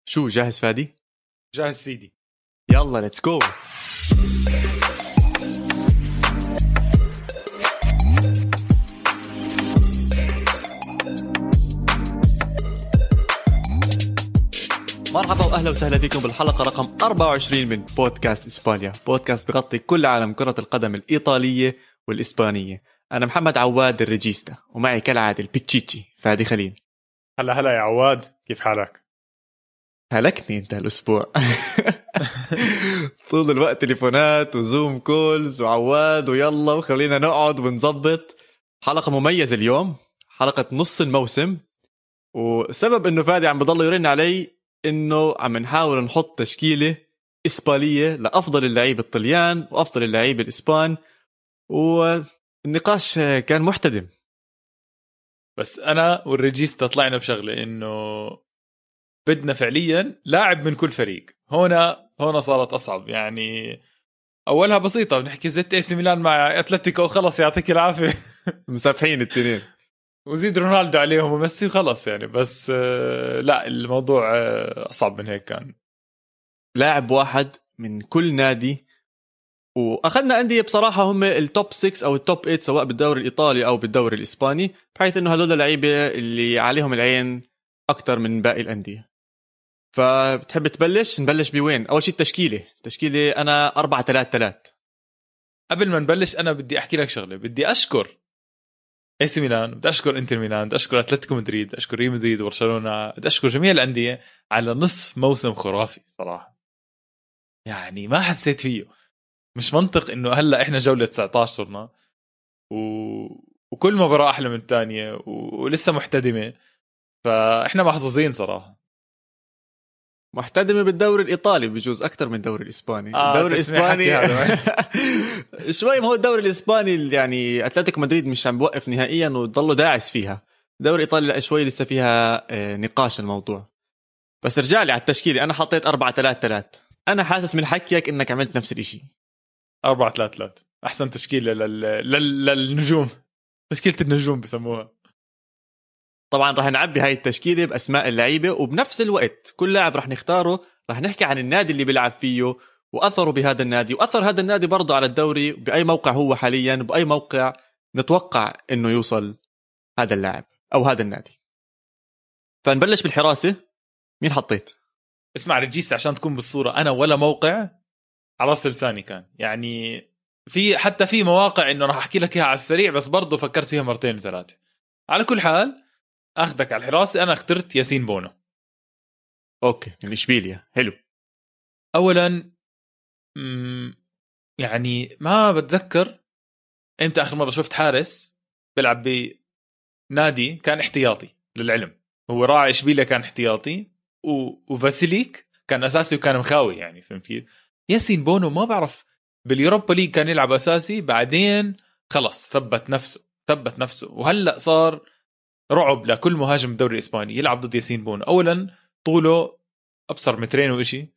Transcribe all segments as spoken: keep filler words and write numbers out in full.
شو جاهز فادي؟ جاهز سيدي. يلا ليتس جو. مرحبا واهلا وسهلا فيكم بالحلقه رقم أربعة وعشرين من بودكاست اسبانيا، بودكاست بغطي كل عالم كره القدم الايطاليه والاسبانيه. انا محمد عواد الريجيستا، ومعي كالعاده البيتشيتشي فادي خليل. هلا هلا يا عواد، كيف حالك؟ هلكني انت الاسبوع. طول الوقت تليفونات وزوم كولز وعواد ويلا وخلينا نقعد ونظبط. حلقة مميزة اليوم، حلقة نص الموسم، وسبب انه فادي عم بضل يرن علي انه عم نحاول نحط تشكيلة اسبانية لافضل اللعيبة الطليان وافضل اللعيبة الاسبان، والنقاش كان محتدم. بس انا والريجيستا طلعنا بشغله انه بدنا فعليا لاعب من كل فريق. هنا هنا صارت اصعب، يعني اولها بسيطه، بنحكي زيت اي سي ميلان مع اتلتيكو وخلص يعطيك العافيه. مسافحين التنين وزيد رونالدو عليهم وميسي وخلص يعني. بس لا، الموضوع اصعب من هيك كان. لاعب واحد من كل نادي، واخذنا انديه بصراحه هم التوب ستة او التوب ثمانية سواء بالدوري الايطالي او بالدوري الاسباني، بحيث انه هذول اللعيبه اللي عليهم العين اكثر من باقي الانديه. فبتحب تبلش؟ نبلش بوين؟ اول شيء التشكيله تشكيله انا أربعة ثلاثة ثلاثة. قبل ما نبلش انا بدي احكي لك شغله. بدي اشكر اي سي ميلان، بدي اشكر انتر ميلان، بدي اشكر اتلتيكو مدريد، بدي اشكر ريال مدريد وبرشلونه، بدي اشكر جميع الانديه على نصف موسم خرافي صراحه. يعني ما حسيت فيه، مش منطق انه هلا احنا جوله تسعة عشر صرنا و... وكل مباراه احلى من الثانيه و... ولسه محتدمه. فاحنا محظوظين صراحه. محتدمه بالدوري الايطالي بجوز اكثر من الدوري الاسباني. آه الدوري الاسباني هذا شوي، ما هو الدوري الاسباني اللي يعني اتلتيكو مدريد مش عم بوقف نهائيا وضلوا داعس فيها. الدوري الايطالي لا، شوي لسه فيها نقاش الموضوع. بس رجع لي على التشكيله، انا حطيت أربعة ثلاثة ثلاثة. انا حاسس من حكيك انك عملت نفس الاشي. أربعة ثلاثة ثلاثة احسن تشكيله لل... لل... للنجوم، تشكيله النجوم بسموها. طبعا راح نعبي هاي التشكيله باسماء اللعيبه، وبنفس الوقت كل لاعب راح نختاره راح نحكي عن النادي اللي بيلعب فيه واثره بهذا النادي، واثر هذا النادي برضه على الدوري باي موقع هو حاليا، باي موقع نتوقع انه يوصل هذا اللاعب او هذا النادي. فنبلش بالحراسه. مين حطيت؟ اسمع رجيس، عشان تكون بالصوره، انا ولا موقع على راس لساني كان، يعني في حتى في مواقع انه راح احكي لك اياها على السريع، بس برضه فكرت فيها مرتين وثلاثه. على كل حال اخذك على الحراسه، انا اخترت ياسين بونو. اوكي، من اشبيليا. حلو. اولا يعني ما بتذكر امتى اخر مره شفت حارس بيلعب بنادي كان احتياطي. للعلم هو راعي اشبيليا كان احتياطي، وفاسيليك كان اساسي وكان مخاوي، يعني فهمت كيف؟ ياسين بونو ما بعرف، باليوروبا ليج كان يلعب اساسي، بعدين خلص ثبت نفسه ثبت نفسه وهلا صار رعب لكل مهاجم الدوري الاسباني يلعب ضد ياسين بونو. اولا طوله ابصر مترين وإشي،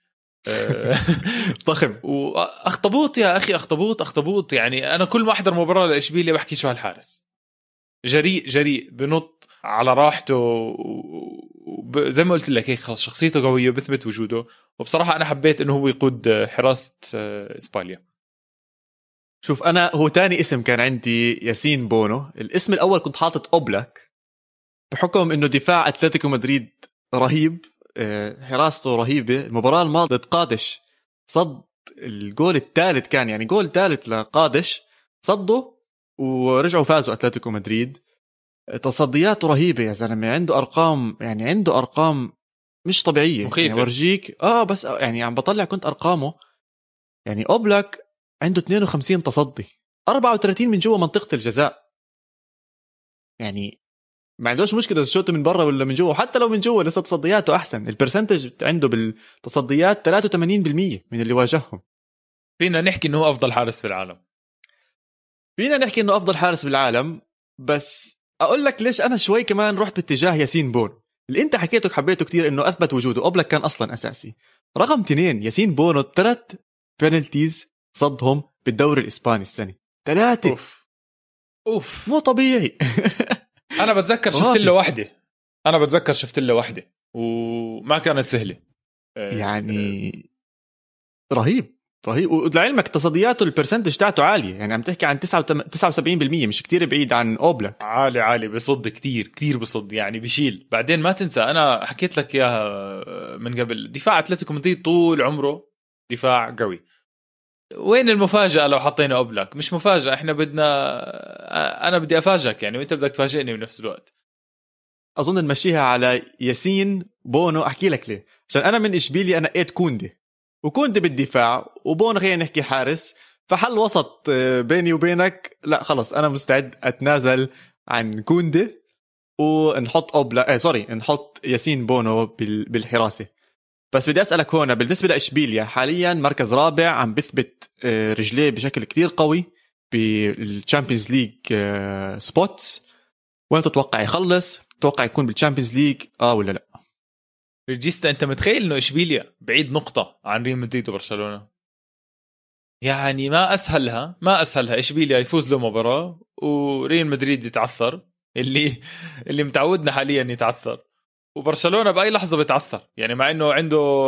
ضخم، واخطبوط يا اخي، اخطبوط اخطبوط. يعني انا كل ما احضر مباراه لاشبيليا بحكي شو هالحارس جريء جريء، بنط على راحته، زي ما قلت لك هيك، خلص شخصيته قويه بثبت وجوده. وبصراحه انا حبيت انه هو يقود حراسه اسبانيا. شوف، انا هو تاني اسم كان عندي ياسين بونو. الاسم الاول كنت حاطط اوبلاك بحكم انه دفاع اتلتيكو مدريد رهيب، حراسته رهيبه. المباراه الماضيه ضد قادش صد الجول الثالث، كان يعني جول ثالث لقادش، صده ورجعوا فازوا اتلتيكو مدريد. تصدياته رهيبه يا زلمه، عنده ارقام، يعني عنده ارقام مش طبيعيه. مخيفة. يعني ورجيك اه بس يعني عم بطلع كنت ارقامه. يعني اوبلاك عنده اثنين وخمسين تصدي، أربعة وثلاثين من جوا منطقه الجزاء. يعني ما عندوش مشكله اذا شوته من برا ولا من جوا، حتى لو من جوا لسه تصدياته احسن. البرسنتج عنده بالتصديات ثلاثة وثمانين بالمية من اللي واجههم. فينا نحكي انه هو افضل حارس في العالم. فينا نحكي انه افضل حارس في العالم، بس اقول لك ليش انا شوي كمان رحت باتجاه ياسين بونو. اللي انت حكيته حبيته كتير انه اثبت وجوده. اوبلاك كان اصلا اساسي. رقم اثنين، ياسين بونو ثلاث بينالتيز صدهم بالدوري الاسباني السنه، ثلاثه. اوف اوف مو طبيعي. انا بتذكر شفت له واحده انا بتذكر شفت له واحده وما كانت سهله. يعني رهيب رهيب. ولعلمك تصدياته البرسنتج تاعته عاليه، يعني عم تحكي عن تسعة وسبعين بالمية، مش كتير بعيد عن اوبلاك. عالي عالي بصد كتير كتير بصد، يعني بيشيل. بعدين ما تنسى انا حكيت لك اياها من قبل، دفاع اتلتيكو مدريد طول عمره دفاع قوي. وين المفاجأة لو حطينا اوبلاك؟ مش مفاجأة، احنا بدنا انا بدي افاجئك يعني، وانت بدك تفاجئني بنفس الوقت. اظن نمشيها على ياسين بونو. احكي لك ليه. عشان انا من اشبيلي انا نقيت كوندي، وكوندي بالدفاع، وبونو خلينا نحكي حارس، فحل وسط بيني وبينك. لا خلص انا مستعد اتنازل عن كوندي ونحط اوبلا، اه سوري نحط ياسين بونو بالحراسة. بس بدي اسالك هون بالنسبه لاشبيليا حاليا مركز رابع، عم بثبت رجليه بشكل كتير قوي بالتشامبيونز ليج سبوتس. وين تتوقع يخلص؟ تتوقع يكون بالتشامبيونز ليج اه ولا لا؟ ريجيستا انت متخيل انه اشبيليا بعيد نقطه عن ريال مدريد وبرشلونه؟ يعني ما اسهلها ما اسهلها اشبيليا يفوز له مباراه وريال مدريد يتعثر، اللي اللي متعودنا حاليا يتعثر، وبرشلونه باي لحظه بيتعثر يعني، مع انه عنده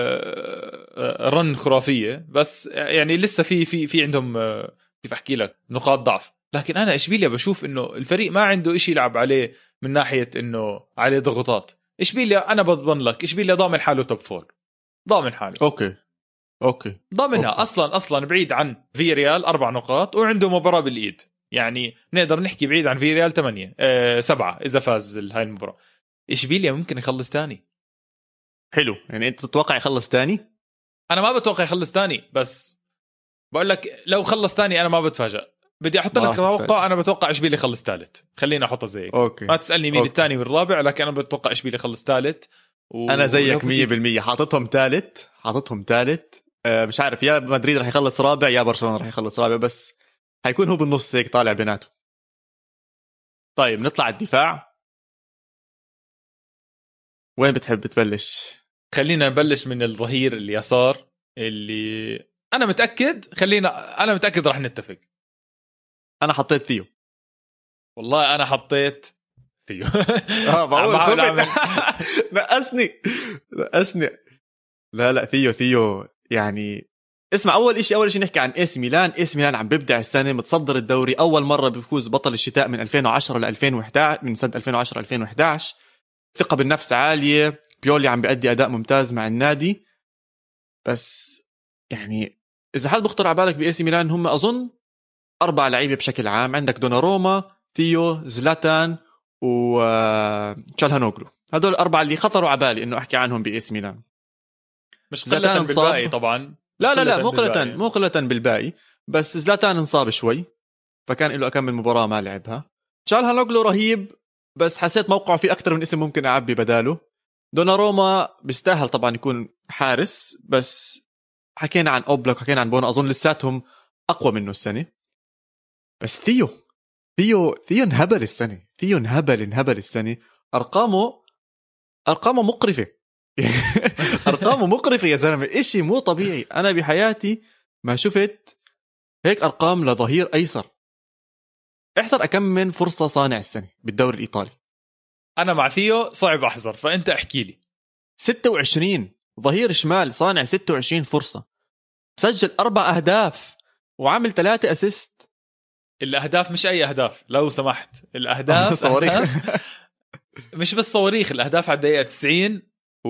رن خرافيه، بس يعني لسه في في في عندهم كيف احكي لك نقاط ضعف. لكن انا اشبيليا بشوف انه الفريق ما عنده إشي يلعب عليه من ناحيه انه عليه ضغوطات. اشبيليا انا بضمن لك اشبيليا ضامن حاله توب فور، ضامن حاله. اوكي اوكي ضامنها. أوكي. اصلا اصلا بعيد عن في ريال اربع نقاط وعنده مباراه بالايد، يعني نقدر نحكي بعيد عن في ريال ثمانية أه سبعة اذا فاز هاي المباراه. اشبيليا ممكن يخلص تاني. حلو، يعني انت تتوقع يخلص تاني؟ انا ما بتوقع يخلص تاني، بس بقول لك لو خلص تاني انا ما بتفاجأ. بدي احط لك توقع، انا بتوقع اشبيليا يخلص ثالث. خلينا احطها زيك. أوكي. ما تسالني مين الثاني والرابع، لكن انا بتوقع اشبيليا يخلص ثالث. و... انا زيك مية بالمية حاططهم ثالث حاططهم ثالث. أه مش عارف يا مدريد رح يخلص رابع يا برشلونه رح يخلص رابع، بس حيكون هو بالنص هيك طالع بيناته. طيب نطلع الدفاع، وين بتحب تبلش؟ خلينا نبلش من الظهير اليسار اللي انا متاكد خلينا انا متاكد رح نتفق. انا حطيت ثيو. والله انا حطيت ثيو. اه بقول خبت. نقصني نقصني. لا لا ثيو ثيو يعني. اسمع، اول إشي اول إشي نحكي عن ايسي ميلان. ايسي ميلان عم بيبدع السنه، متصدر الدوري، اول مره بيفوز بطل الشتاء من ألفين وعشرة ل ألفين وإحدى عشر، من سنه ألفين وعشرة ألفين وإحدى عشر. ثقه بالنفس عاليه، بيولي عم بيأدي اداء ممتاز مع النادي. بس يعني اذا حد بخطر على بالك بايسي ميلان، هم اظن اربع لعيبه بشكل عام. عندك دوناروما، ثيو، زلاتان وتشالهانوغلو. هدول الاربعه اللي خطروا على بالي انه احكي عنهم بايسي ميلان. مش قلة بالباقي طبعا. لا لا لا مو قلة مو قلة بالباقي، بس زلاتان انصاب شوي فكان له أكمل مباراة ما لعبها. تشالهانوغلو رهيب، بس حسيت موقعه في أكتر من اسم ممكن أعبي بداله. دوناروما بيستاهل طبعا يكون حارس، بس حكينا عن أوبلاك وحكينا عن بونو، أظن لساتهم أقوى منه السنة. بس ثيو ثيو ثيو انهبل السنة، ثيو انهبل انهبل السنة. أرقامه أرقامه مقرفة. أرقامه مقرفة يا زلمة، إشي مو طبيعي. أنا بحياتي ما شفت هيك أرقام لظهير أيسر. احذر أكم من فرصة صانع السنة بالدوري الإيطالي. أنا مع ثيو صعب أحذر، فأنت احكي لي. ستة وعشرين ظهير شمال صانع ستة وعشرين فرصة، سجل أربع أهداف وعمل ثلاثة أسيست. الأهداف مش أي أهداف لو سمحت، الأهداف صواريخ. مش بس صواريخ، الأهداف على الدقيقة تسعين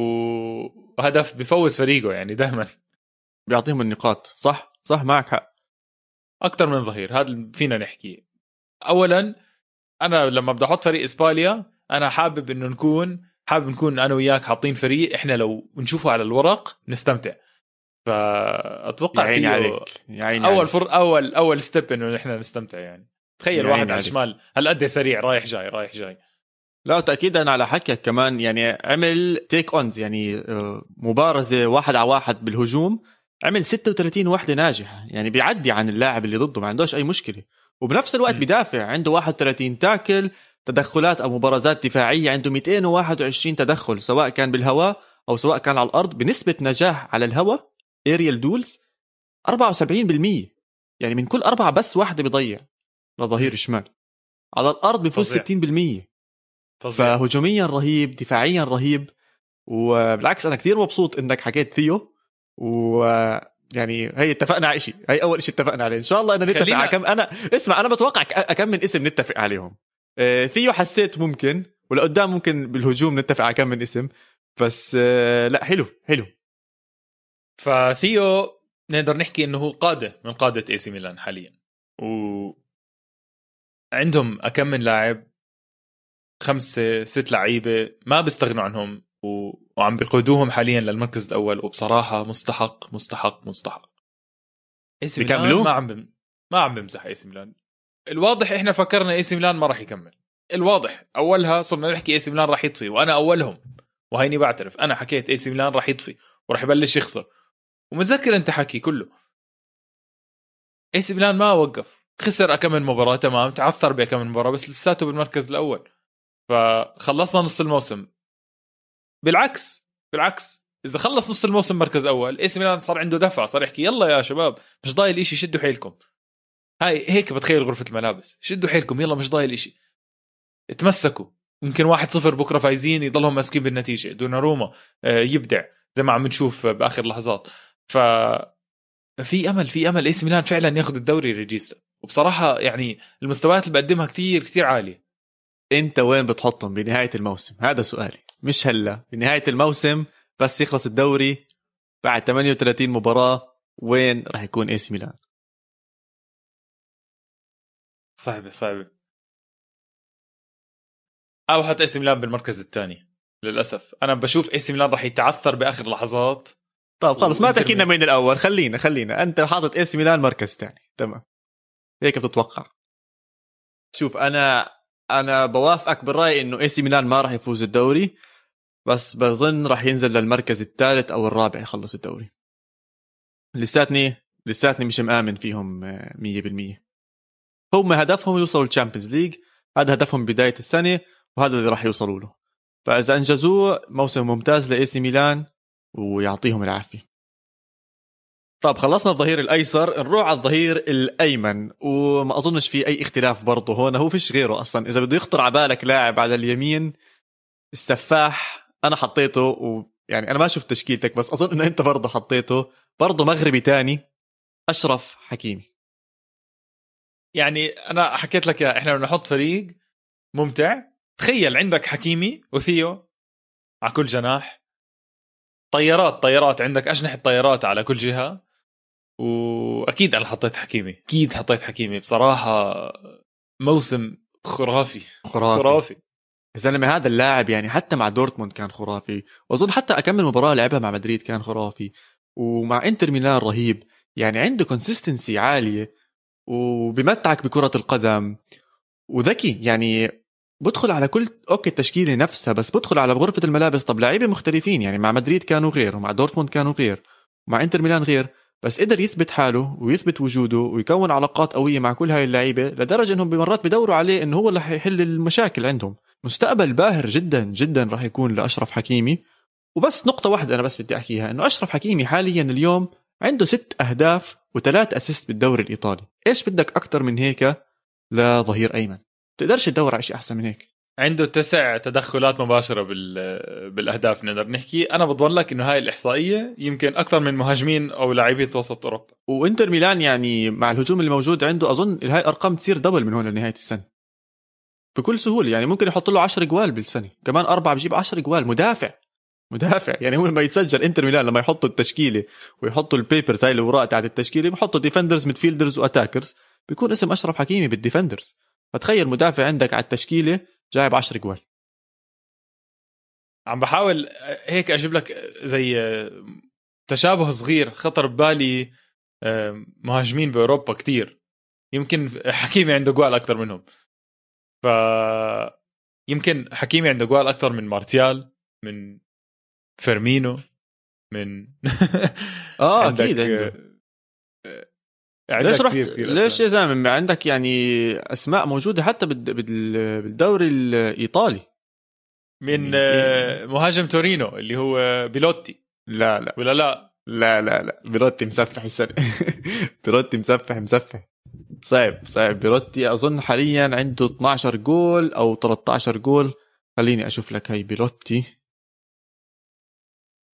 وهدف بفوز فريقه، يعني دائما بيعطيهم النقاط. صح صح معك حق. أكتر من ظهير هذا فينا نحكي. أولا أنا لما بدي أحط فريق إسبانيا أنا حابب إنه نكون حابب نكون أنا وياك حاطين فريق إحنا لو نشوفه على الورق نستمتع. فأتوقع يا عيني عليك يا عيني أول عليك. فر أول أول ستيب إنه إحنا نستمتع. يعني تخيل واحد على الشمال هالقد سريع رايح جاي رايح جاي. لا تأكيدا على حكيك كمان، يعني عمل تيك اونز، يعني مبارزة واحد على واحد بالهجوم، عمل ستة وثلاثين واحدة ناجحة، يعني بيعدي عن اللاعب اللي ضده، ما عندوش أي مشكلة. وبنفس الوقت م. بدافع، عنده واحد وثلاثين تاكل، تدخلات أو مبارزات دفاعية عنده مئتين وواحد وعشرين تدخل، سواء كان بالهواء أو سواء كان على الأرض. بنسبة نجاح على الهواء ايريال دولز أربعة وسبعين بالمية، يعني من كل أربعة بس واحدة بيضيع لظهير الشمال. على الأرض بيفوز ستين بالمية. فهجوميا رهيب، دفاعيا رهيب. وبالعكس انا كثير مبسوط انك حكيت ثيو، ويعني هي اتفقنا على شيء، هي اول شيء اتفقنا عليه. ان شاء الله ان نتفق خلينا... على كم. انا اسمع انا بتوقع كم من اسم نتفق عليهم. ثيو حسيت ممكن، ولا قدام ممكن بالهجوم نتفق على كم من اسم، بس لا حلو حلو. فثيو نقدر نحكي انه هو قاده من قاده اي سي ميلان حاليا، وعندهم اكم من لاعب، خمسة ست لعيبه ما بيستغنوا عنهم، و... وعم بيقودوهم حاليا للمركز الاول، وبصراحه مستحق مستحق مستحق. اي سي ميلان ما عم بم... ما عم بمزح اي سي ميلان. الواضح احنا فكرنا اي سي ميلان ما راح يكمل، الواضح اولها صرنا نحكي اي سي ميلان راح يطفي، وانا اولهم، وهيني بعترف انا حكيت اي سي ميلان راح يطفي وراح يبلش يخسر، ومتذكر انت حكي كله. اي سي ميلان ما وقف، خسر كم من مباراه تمام، تعثر بكم من مباراه، بس لساته بالمركز الاول. فخلصنا نص الموسم، بالعكس بالعكس اذا خلص نص الموسم مركز اول، اي سي ميلان صار عنده دفعه، صار يحكي يلا يا شباب مش ضايل إشي، شدوا حيلكم. هاي هيك بتخيل غرفه الملابس، شدوا حيلكم يلا مش ضايل إشي، اتمسكوا. يمكن واحد صفر بكره فايزين يضلهم ماسكين بالنتيجه، دوناروما يبدع زي ما عم نشوف باخر لحظات. ف في امل في امل اي سي ميلان فعلا ياخذ الدوري ريجيستا، وبصراحه يعني المستويات اللي بقدمها كتير كتير عاليه. انت وين بتحطهم بنهايه الموسم؟ هذا سؤالي، مش هلا بنهايه الموسم بس يخلص الدوري بعد ثمانية وثلاثين مباراه، وين راح يكون اي سي ميلان؟ صعبه صعبه. او حتى اي سي ميلان بالمركز الثاني للاسف. انا بشوف اي سي ميلان راح يتعثر باخر لحظات. طب خلص ما تحكينا من الاول، خلينا خلينا انت حاطط اي سي ميلان مركز ثاني، تمام هيك بتتوقع. شوف انا انا بوافقك بالراي انه اي سي ميلان ما راح يفوز الدوري، بس بظن راح ينزل للمركز الثالث او الرابع يخلص الدوري. لساتني لساتني مش مآمن فيهم مية بالمية. هم هدفهم يوصلوا للتشامبيونز ليج، هذا هدفهم بداية السنة وهذا اللي راح يوصلوا له. فإذا أنجزوه موسم ممتاز لإي سي ميلان ويعطيهم العافية. طب خلصنا الظهير الأيسر، نروح على الظهير الأيمن، وما أظنش في أي اختلاف برضه هون، هو فيش غيره أصلا. إذا بده يخطر على بالك لاعب على اليمين السفاح أنا حطيته، ويعني أنا ما شفت تشكيلتك بس أظن إنه أنت برضه حطيته، برضه مغربي تاني، أشرف حكيمي. يعني أنا حكيت لك يا إحنا بنحط فريق ممتع. تخيل عندك حكيمي وثيو على كل جناح، طيارات طيارات، عندك أجنحة طيارات على كل جهة، وأكيد أنا حطيت حكيمي، أكيد حطيت حكيمي. بصراحة موسم خرافي خرافي, خرافي. الزلمة هذا اللاعب يعني حتى مع دورتموند كان خرافي، وأظن حتى أكمل مباراة لعبها مع مدريد كان خرافي، ومع إنتر ميلان رهيب. يعني عنده كونسيستنسي عالية وبمتعك بكرة القدم، وذكي يعني بدخل على كل اوكي التشكيله نفسها، بس بدخل على غرفه الملابس. طب لاعبين مختلفين، يعني مع مدريد كانوا غير، ومع دورتموند كانوا غير، ومع انتر ميلان غير، بس قدر يثبت حاله ويثبت وجوده ويكون علاقات قويه مع كل هاي اللعيبه، لدرجه انهم بمرات بدوروا عليه انه هو اللي حيحل المشاكل عندهم. مستقبل باهر جدا جدا راح يكون لاشرف حكيمي. وبس نقطه واحده انا بس بدي احكيها، انه اشرف حكيمي حاليا اليوم عنده ست اهداف وثلاث اسيست بالدوري الايطالي. ايش بدك اكتر من هيك لظهير ايمن؟ تقدرش تدور على شيء احسن من هيك. عنده تسع تدخلات مباشره بال بالاهداف نقدر نحكي. انا بضمن لك انه هاي الاحصائيه يمكن اكثر من مهاجمين او لاعبين وسط اوروبا. وانتر ميلان يعني مع الهجوم اللي موجود عنده اظن هاي الارقام تصير دبل من هون لنهايه السنه بكل سهوله. يعني ممكن يحط له عشرة جوال بالسنه، كمان اربعه بجيب عشرة جوال. مدافع مدافع يعني هو لما يتسجل انتر ميلان لما يحطوا التشكيله ويحطوا البيبرز هاي الوراء تاعت التشكيله، بيحطوا ديفندرز ميدفيلدرز واتاكرز، بيكون اسم اشرف حكيمي بالديفندرز. فتخيل مدافع عندك على التشكيله جايب عشرة جوال. عم بحاول هيك اجيب لك زي تشابه صغير خطر ببالي. مهاجمين باوروبا كتير يمكن حكيمي عنده جوال اكثر منهم، ف يمكن حكيمي عنده جوال اكثر من مارتيال، من فيرمينو، من اه اكيد عنده. ليش رحت ليش يا زلمه عندك يعني اسماء موجوده حتى بالدوري الايطالي، من يعني مهاجم تورينو اللي هو بيلوتي. لا لا ولا لا لا لا لا بيلوتي مسفح السنه. بيلوتي مسفح مسفح صعب صعب. بيلوتي اظن حاليا عنده اثنا عشر جول او ثلاثة عشر جول. خليني اشوف لك هاي بيلوتي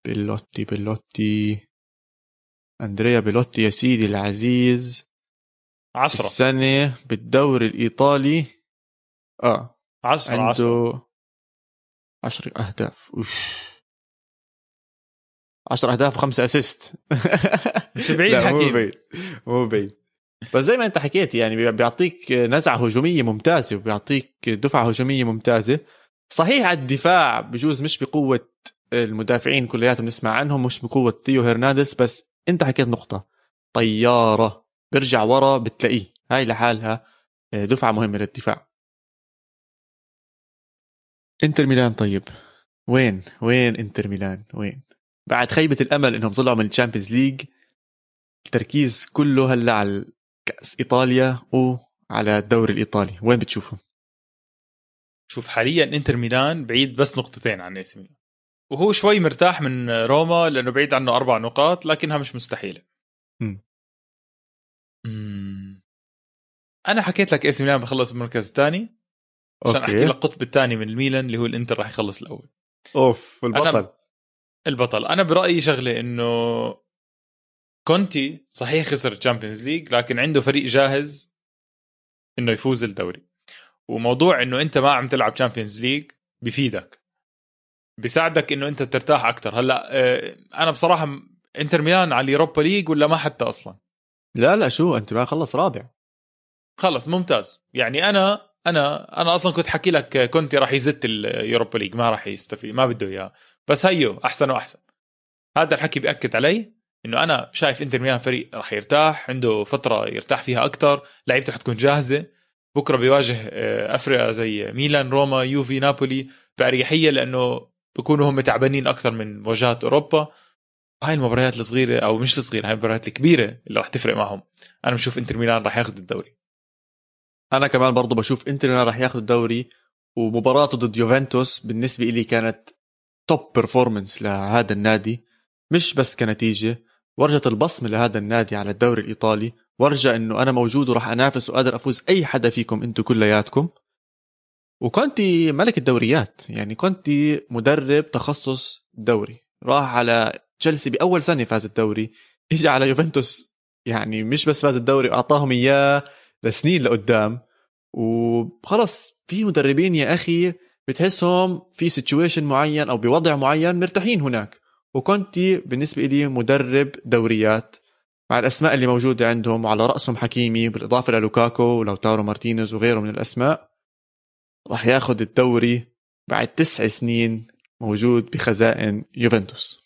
بيلوتي بيلوتي أندريا بيلوتي يا سيدي العزيز عشرة السنة بالدوري الإيطالي. آه عشرة عنده عشرة عشر أهداف. أوف. عشر أهداف وخمسة أسيست. مش بعيد لا مو حكيم. بعيد مو بعيد بس زي ما أنت حكيت يعني بيعطيك نزعة هجومية ممتازة وبيعطيك دفعة هجومية ممتازة. صحيح على الدفاع بجوز مش بقوة المدافعين كلياتهم نسمع عنهم، مش بقوة ثيو هرنانديز، بس أنت حكيت نقطة طيارة برجع ورا بتلاقيه، هاي لحالها دفعة مهمة للدفاع. انتر ميلان طيب وين وين انتر ميلان وين بعد خيبة الأمل إنهم طلعوا من الشامبيونز ليج؟ التركيز كله هلا على كأس إيطاليا وعلى الدوري الإيطالي، وين بتشوفهم؟ شوف حاليا انتر ميلان بعيد بس نقطتين عن اي سي ميلان، وهو شوي مرتاح من روما لانه بعيد عنه اربع نقاط لكنها مش مستحيله. م. مم. انا حكيت لك اي سي ميلان بخلص المركز الثاني عشان أوكي. احكي لك القطب الثاني من الميلان اللي هو الانتر راح يخلص الاول. اوف البطل. أنا البطل انا برايي شغله انه كونتي صحيح خسر الشامبيونز ليج لكن عنده فريق جاهز انه يفوز الدوري، وموضوع انه انت ما عم تلعب تشامبيونز ليج بفيدك، بيساعدك انه انت ترتاح اكتر. هلا انا بصراحه انتر ميلان على اليوروبا ليج ولا ما حتى اصلا؟ لا لا شو انت ما خلص رابع. خلص ممتاز. يعني انا انا انا اصلا كنت حكي لك كونتي راح يزت اليوروبا ليج ما راح يستفيد ما بده اياه، بس هيو احسن واحسن. هذا الحكي بياكد علي انه انا شايف انتر ميلان فريق راح يرتاح، عنده فتره يرتاح فيها اكتر، لعيبته حتكون جاهزه. بكره بيواجه افريقيا زي ميلان روما يوفي نابولي باريحيه لانه بيكونوا هم تعبانين اكثر من مواجهات اوروبا. هاي المباريات الصغيره او مش الصغيره، هاي المباريات الكبيره اللي راح تفرق معهم. انا بشوف انتر ميلان راح ياخذ الدوري. انا كمان برضو بشوف انتر ميلان راح ياخذ الدوري، ومباراته ضد يوفنتوس بالنسبه لي كانت توب بيرفورمانس لهذا النادي، مش بس كنتيجه، ورجت البصمه لهذا النادي على الدوري الايطالي، ورجى انه انا موجود وراح انافس وقادر افوز اي حدا فيكم انتم كلياتكم. وكنتي ملك الدوريات، يعني كنتي مدرب تخصص دوري، راح على تشيلسي باول سنه فاز الدوري، اجى على يوفنتوس يعني مش بس فاز الدوري واعطاهم اياه لسنين لقدام. وخلص في مدربين يا اخي بتحسهم في سيتويشن معين او بوضع معين مرتاحين هناك، وكنتي بالنسبه لي مدرب دوريات مع الاسماء اللي موجوده عندهم، وعلى راسهم حكيمي بالاضافه للوكاكو ولوتارو مارتينيز وغيره من الاسماء، راح ياخد الدوري بعد تسع سنين موجود بخزائن يوفنتوس.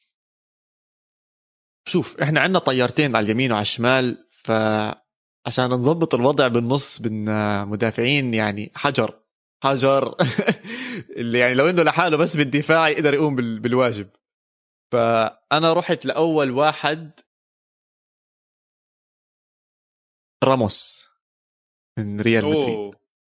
شوف احنا عندنا طيارتين على اليمين وعلى الشمال، فعشان نضبط الوضع بالنص بدنا مدافعين يعني حجر حجر اللي يعني لو انه لحاله بس بالدفاع يقدر يقوم بالواجب. فانا رحت لاول واحد راموس من ريال مدريد.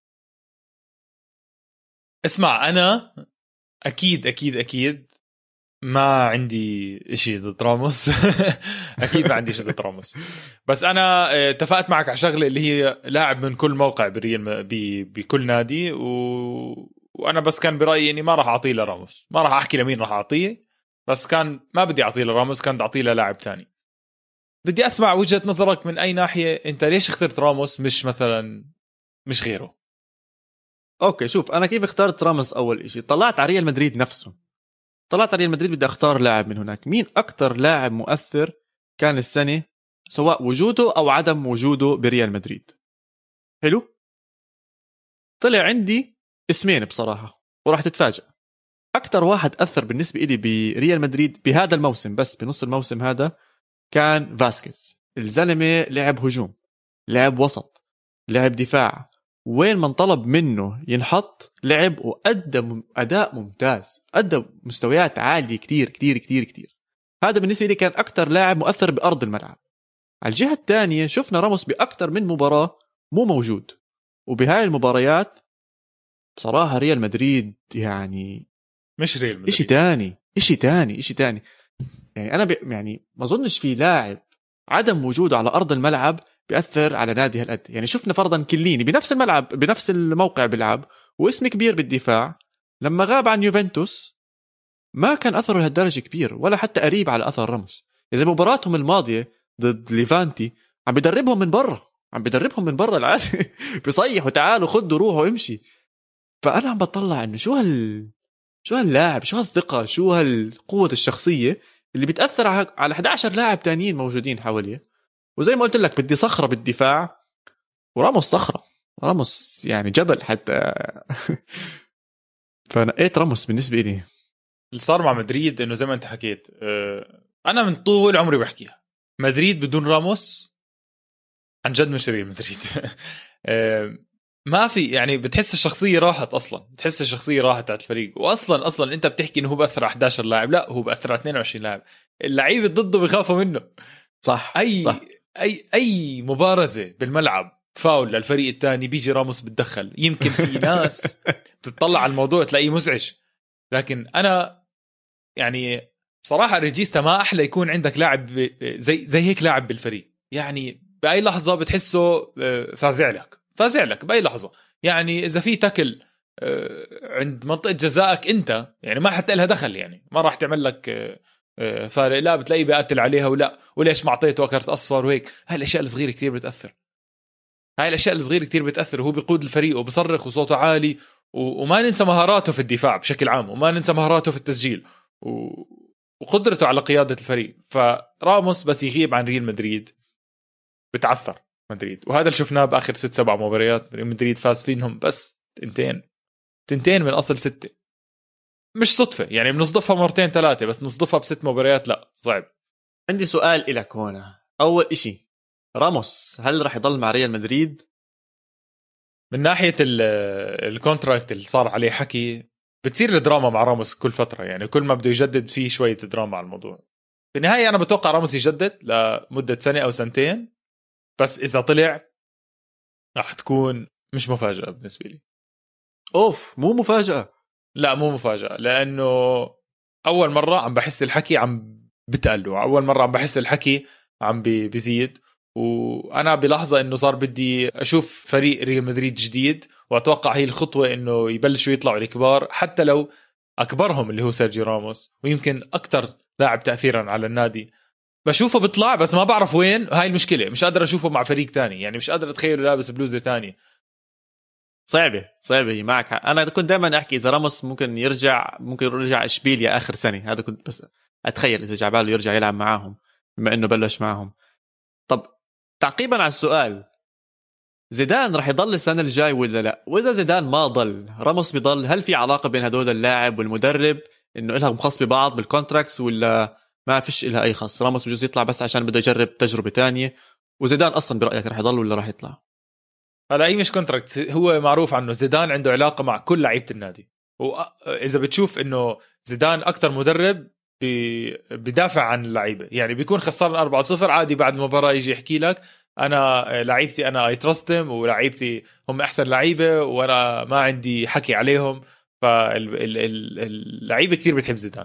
اسمع انا اكيد اكيد اكيد ما عندي اشي ضد راموس اكيد ما عندي اشي ضد راموس، بس انا اتفقت معك على شغله اللي هي لاعب من كل موقع بريال بكل نادي، و... وانا بس كان برايي اني ما راح اعطيه لراموس، ما راح احكي لمين راح اعطيه، بس كان ما بدي اعطيه لراموس، كان بدي اعطيه للاعب تاني. بدي اسمع وجهة نظرك من اي ناحيه، انت ليش اخترت راموس مش مثلا مش غيره؟ اوكي شوف انا كيف اخترت راموس. اول اشي طلعت على ريال مدريد نفسه، طلعت على ريال مدريد بدي اختار لاعب من هناك. مين اكتر لاعب مؤثر كان السنة سواء وجوده او عدم وجوده بريال مدريد؟ حلو، طلع عندي اسمين بصراحة وراح تتفاجأ. اكتر واحد اثر بالنسبة لي بريال مدريد بهذا الموسم، بس بنص الموسم هذا، كان فاسكيز. الزلمة لعب هجوم، لعب وسط، لعب دفاع، وين من طلب منه ينحط لعب وأدى أداء ممتاز، أدى مستويات عالية كتير كتير كتير كتير. هذا بالنسبة لي كان أكتر لاعب مؤثر بأرض الملعب. على الجهة الثانية شفنا راموس بأكتر من مباراة مو موجود، وبهاي المباريات بصراحة ريال مدريد يعني مش ريال مدريد، إشي تاني إشي تاني إشي تاني. يعني أنا ب... يعني ما أظنش في لاعب عدم وجوده على أرض الملعب بيأثر على نادي هالقد. يعني شفنا فرضا كليني بنفس الملعب بنفس الموقع بيلعب واسم كبير بالدفاع، لما غاب عن يوفنتوس ما كان أثره لهالدرجة كبير ولا حتى قريب على أثر راموس. إذا مباراتهم الماضية ضد ليفانتي عم بدربهم من برا، عم بدربهم من برا العالم بيصيحوا تعالوا خدوا روحوا امشي. فأنا عم بطلع إنه شو هال شو هاللاعب، شو هالثقة، شو هالقوة الشخصية اللي بتأثر على إحدى عشر لاعب تانيين موجودين حواليه. وزي ما قلت لك بدي صخرة بالدفاع، وراموس صخرة، راموس يعني جبل حتى فنقيت راموس بالنسبة لي. اللي صار مع مدريد انه زي ما انت حكيت، انا من طول عمري بحكيها، مدريد بدون راموس عن جد مش ريال مدريد. ما في يعني بتحس الشخصيه راحت اصلا، بتحس الشخصيه راحت على الفريق. واصلا اصلا انت بتحكي انه هو بأثر على إحدى عشر لاعب، لا هو بأثر على اثنين وعشرين لاعب. اللعيبه ضده بيخافوا منه. صح اي صح. اي اي مبارزه بالملعب فاول للفريق الثاني بيجي راموس بتدخل. يمكن في ناس بتطلع على الموضوع تلاقيه مزعج، لكن انا يعني بصراحه ريجيستا ما احلى يكون عندك لاعب زي زي هيك لاعب بالفريق. يعني باي لحظه بتحسه فازع لك فازع لك باي لحظه. يعني اذا في تاكل عند منطقه جزائك انت يعني ما حتى لها دخل، يعني ما راح تعمل لك فارق، لا بتلاقيه بيقتل عليها ولا وليش ما اعطيته كرت اصفر وهيك. هاي الاشياء الصغيره كتير بتاثر، هاي الاشياء الصغيره كتير بتاثر. وهو بيقود الفريق وبصرخ وصوته عالي، وما ننسى مهاراته في الدفاع بشكل عام، وما ننسى مهاراته في التسجيل وقدرته على قيادة الفريق. فراموس بس يغيب عن ريال مدريد بتعثر مدريد، وهذا اللي شفناه بآخر ست سبع مباريات. ريال مدريد فاز فيهم بس تنتين تنتين من أصل ستة. مش صدفة يعني بنصدفها مرتين ثلاثة، بس نصدفها بست مباريات لا صعب. عندي سؤال إلك هنا. أول إشي، راموس هل رح يضل مع ريال مدريد؟ من ناحية الكونتراكت اللي صار عليه حكي، بتصير الدراما مع راموس كل فترة، يعني كل ما بده يجدد فيه شوية دراما على الموضوع. في النهاية أنا بتوقع راموس يجدد لمدة سنة أو سنتين، بس إذا طلع راح تكون مش مفاجأة بالنسبة لي. أوف مو مفاجأة. لا مو مفاجأة، لأنه أول مرة عم بحس الحكي عم بتقل، وأول مرة عم بحس الحكي عم بيزيد. وأنا بلحظة إنه صار بدي أشوف فريق ريال مدريد جديد، وأتوقع هي الخطوة إنه يبلشوا يطلعوا الكبار، حتى لو أكبرهم اللي هو سيرجيو راموس، ويمكن أكتر لاعب تأثيرا على النادي. بشوفه بيطلع بس ما بعرف وين. هاي المشكلة، مش قادر أشوفه مع فريق تاني، يعني مش قادر أتخيله لابس بلوزة تانية. صعبة صعبة معك حق. أنا كنت دائما أحكي إذا راموس ممكن يرجع، ممكن يرجع إشبيليا آخر سنة. هذا كنت بس أتخيل إذا جا باله يرجع يلعب معاهم بما إنه بلش معاهم. طب تعقيبا على السؤال، زيدان رح يضل السنة الجاي ولا لا؟ وإذا زيدان ما ضل راموس بيضل، هل في علاقة بين هدول اللاعب والمدرب إنه إلها مخص ببعض بالكونتراكتس، ولا ما فيش إلها أي خص؟ راموس بجوز يطلع بس عشان بده يجرب تجربة تانية، وزيدان أصلا برأيك رح يضل ولا رح يطلع؟ هلا أي مش كونتراكت، هو معروف عنه زيدان عنده علاقة مع كل لعيبة النادي. وإذا بتشوف إنه زيدان أكتر مدرب بدافع عن اللعيبة، يعني بيكون خسران أربعة صفر عادي بعد المباراة يجي يحكي لك أنا لعيبتي أنا اي تراستم، ولعيبتي هم أحسن لعيبة وأنا ما عندي حكي عليهم. فاللعيبة كتير بتحب زيدان.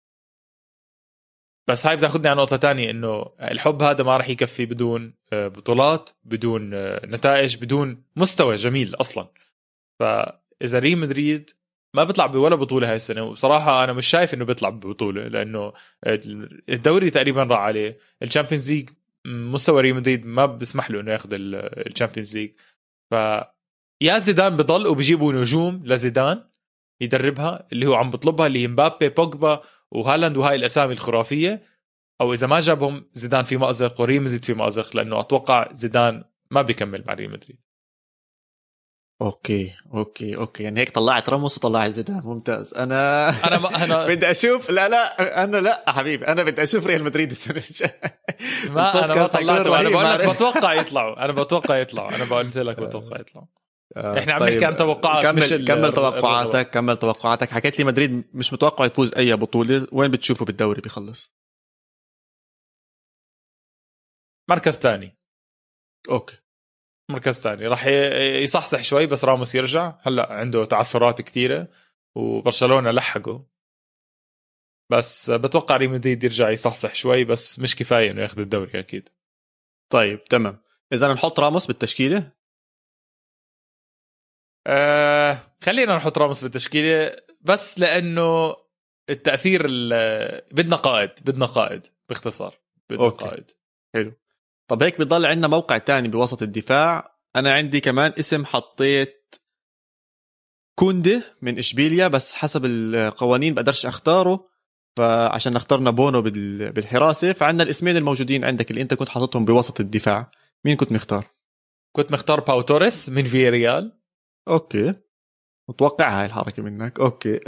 بس هاي بتاخدني على نقطة تانية، إنه الحب هذا ما رح يكفي بدون بطولات، بدون نتائج، بدون مستوى جميل أصلا. فإذا ريال مدريد ما بيطلع بولا بطولة هاي السنة، وبصراحة أنا مش شايف إنه بيطلع ببطولة، لأنه الدوري تقريبا راح عليه. الشامبيونز ليج مستوى ريال مدريد ما بيسمح له إنه ياخذ الشامبيونز ليج. فيا زيدان بضل وبيجيبوا نجوم لزيدان يدربها اللي هو عم بطلبها، اللي مبابي بوجبا وهالاند وهاي الأسامي الخرافية، أو إذا ما جابهم زيدان في مأزق وريال مدريد في مأزق، لأنه أتوقع زيدان ما بيكمل مع ريال مدريد. اوكي اوكي اوكي يعني هيك طلعت راموس وطلعت زيدان. ممتاز. انا انا ما انا بدي اشوف. لا لا انا لا حبيبي، انا بدي اشوف ريال مدريد السنه الجايه. ما انا ما طلعته، انا بقول لك بتوقع يطلعوا، انا بتوقع يطلعوا، انا قلت لك بتوقع يطلعوا. احنا عم نحكي عن توقعات. كمل مش كمل توقعاتك كمل توقعاتك. حكيت لي مدريد مش متوقع يفوز اي بطوله، وين بتشوفه بالدوري بيخلص؟ مركز ثاني. اوكي مركز ثاني راح يصحصح شوي، بس راموس يرجع. هلا عنده تعثرات كتيرة وبرشلونة لحقه، بس بتوقع ريال مدريد يرجع يصحصح شوي، بس مش كفاية انه ياخذ الدوري اكيد. طيب تمام. اذا نحط راموس بالتشكيلة، آه خلينا نحط راموس بالتشكيلة، بس لانه التاثير بدنا قائد بدنا قائد باختصار بدنا أوكي. قائد. حلو. طب هيك بيضل عندنا موقع تاني بوسط الدفاع. انا عندي كمان اسم، حطيت كوندي من اشبيليا، بس حسب القوانين بقدرش اختاره، فعشان اخترنا بونو بالحراسه. فعندنا الاسمين الموجودين عندك اللي انت كنت حاططهم بوسط الدفاع، مين كنت مختار؟ كنت مختار باو توريس من فياريال. اوكي، متوقع هاي الحركه منك. اوكي.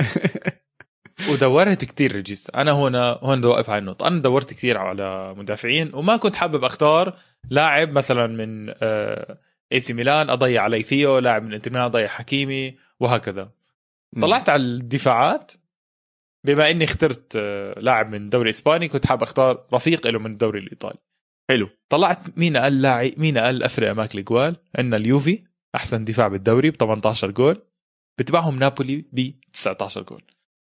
ودورت كتير رجيس، انا هنا هون واقف على النقطه، انا دورت كتير على مدافعين وما كنت حابب اختار لاعب مثلا من اي سي ميلان اضيع علي ثيو، لاعب من انتر ميلان اضيع حكيمي وهكذا. طلعت على الدفاعات، بما اني اخترت لاعب من دوري اسباني كنت حابب اختار رفيق له من الدوري الايطالي. حلو. طلعت مين قال لاعب مين قال افرق اماك الجوال. عندنا اليوفي احسن دفاع بالدوري ب ثمانية عشر جول، بتبعهم نابولي ب تسعة عشر جول.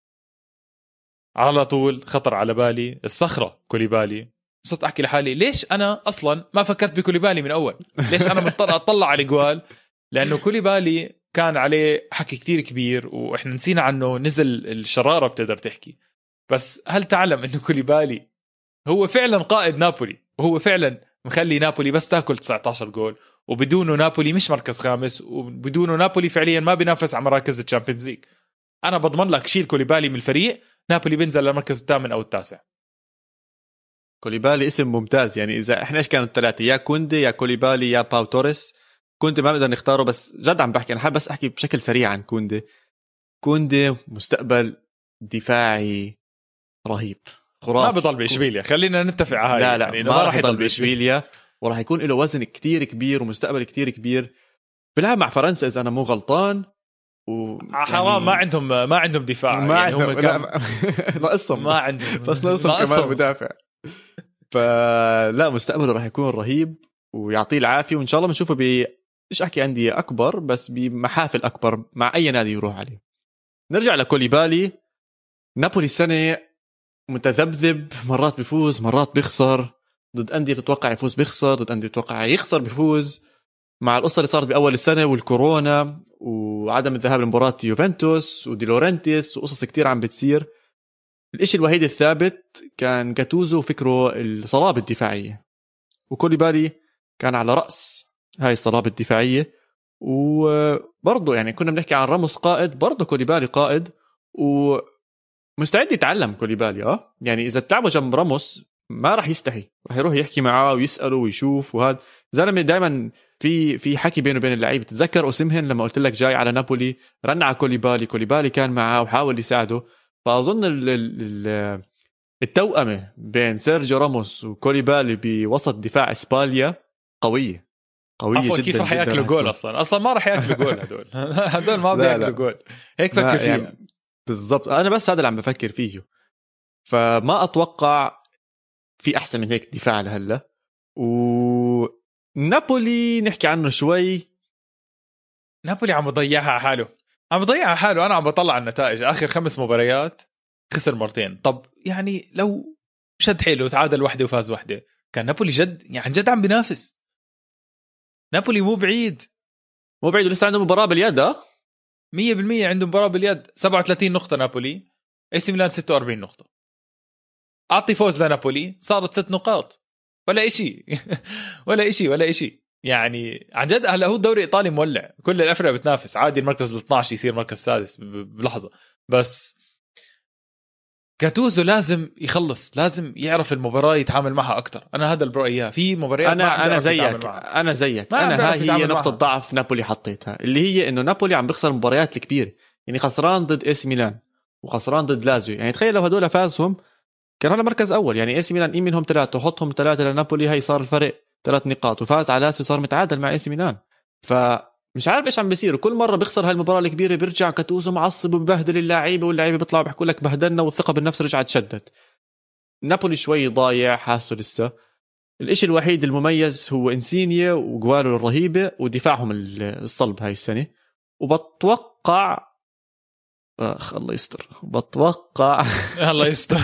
على طول خطر على بالي الصخرة كوليبالي. صرت أحكي لحالي ليش أنا أصلا ما فكرت بكوليبالي من أول؟ ليش أنا مضطر أطلع على الجوال؟ لأنه كوليبالي كان عليه حكي كتير كبير وإحنا نسينا عنه، نزل الشرارة بتقدر تحكي. بس هل تعلم أنه كوليبالي هو فعلا قائد نابولي، وهو فعلا مخلي نابولي بس تاكل تسعة عشر جول، وبدونه نابولي مش مركز خامس، وبدونه نابولي فعليا ما بينافس على مراكز الشامبيونز ليج. أنا بضمن لك شيل كوليبالي من الفريق، نابولي بينزل للمركز الثامن أو التاسع. كوليبالي اسم ممتاز. يعني إذا إحنا إيش كانوا الثلاثة، يا كوندي يا كوليبالي يا باو توريس. كوندي ما بقدر نختاره، بس جد عم بحكي، أنا حابب بس أحكي بشكل سريع عن كوندي. كوندي مستقبل دفاعي رهيب خرافي. ما بضل بإشبيليا، خلينا نتفق على هاي. لا لا يعني ما راح يضل بإشبيليا، وراح يكون له وزن كتير كبير ومستقبل كتير كبير. بلعب مع فرنسا إذا أنا مو غلطان، و حرام يعني ما عندهم ما عندهم دفاع، ما يعني عندهم هم كم... ناقصهم ما عندهم بس ناقصهم كمان مدافع. فلا مستقبله راح يكون رهيب ويعطيه العافيه، وان شاء الله بنشوفه ب ايش احكي انديه اكبر، بس بمحافل اكبر مع اي نادي يروح عليه. نرجع لكوليبالي. نابولي السنه متذبذب، مرات بيفوز مرات بيخسر، ضد انديه بتتوقع يفوز بيخسر، ضد انديه بتتوقع يخسر بيفوز. مع القصة اللي صارت بأول السنة والكورونا وعدم الذهاب لمباراة يوفنتوس ودي لورنتيس وقصص كتير عم بتصير، الاشي الوحيد الثابت كان جاتوزو وفكره الصلابة الدفاعية، وكوليبالي كان على رأس هاي الصلابة الدفاعية. وبرضه يعني كنا بنحكي عن راموس قائد، برضه كوليبالي قائد ومستعد يتعلم كوليبالي. اه يعني إذا تلعبوا جنب راموس ما راح يستحي، راح يروح يحكي معاه ويسأله ويشوف. وهذا زلمة دائما في في حكي بينه وبين اللعيبه. تتذكر اوسيمهن لما قلت لك جاي على نابولي رن على كوليبالي، كوليبالي كان معاه وحاول يساعده. فاظن ال ال التوأمه بين سيرجيو راموس وكوليبالي بوسط دفاع اسبانيا قويه قويه جدا. كيف راح ياكلوا جول؟ اصلا اصلا ما راح ياكلوا جول هدول هدول ما بياكلوا جول. هيك فكر فيها يعني بالضبط. انا بس هذا اللي عم بفكر فيه. فما اتوقع في احسن من هيك دفاع لهلا. و نابولي نحكي عنه شوي. نابولي عم بضيعها حاله عم بضيعها حاله. أنا عم بطلع النتائج آخر خمس مباريات خسر مرتين. طب يعني لو شد حيله وتعادل واحدة وفاز واحدة كان نابولي جد يعني جد عم بينافس. نابولي مو بعيد مو بعيد ولسه عنده مباراة باليد. اه مية بالمية عنده مباراة باليد. سبعة وثلاثين نقطة نابولي، اي سي ميلان ستة وأربعين نقطة. أعطي فوز لنابولي صارت ست نقاط ولا إشي ولا إشي ولا إشي. يعني عن جد هلا هو الدوري الإيطالي مولع، كل الأفرقة بتنافس عادي. المركز الاثنى عشر يصير مركز سادس بلحظة. بس جاتوزو لازم يخلص، لازم يعرف المباراة يتعامل معها أكتر. أنا هذا البرأي إياه في مباريات. أنا أنا زيك أنا زيك أنا هاي هي نقطة ضعف نابولي حطيتها، اللي هي إنه نابولي عم بيخسر مباريات الكبيرة. يعني خسران ضد إيسي ميلان وخسران ضد لازيو. يعني تخيل لو هدول فازهم كان هذا مركز أول. يعني إيسي ميلان إيه منهم ثلاثة وحطهم ثلاثة لنابولي، هاي صار الفرق ثلاث نقاط، وفاز على لاسيو صار متعادل مع إيسي ميلان. فمش عارف إيش عم بيصير، وكل مرة بيخسر هاي المباراة الكبيرة بيرجع كاتوزو معصب وببهدل اللعيبة، واللعيبة بيطلعوا بيحكوا لك بهدلنا والثقة بالنفس رجعت شدت. نابولي شوي ضايع حاسه لسه. الإشي الوحيد المميز هو إنسينيا وجواله الرهيبة ودفاعهم الصلب هاي السنة. وبتوقع اخ الله يستر بتوقع الله يستر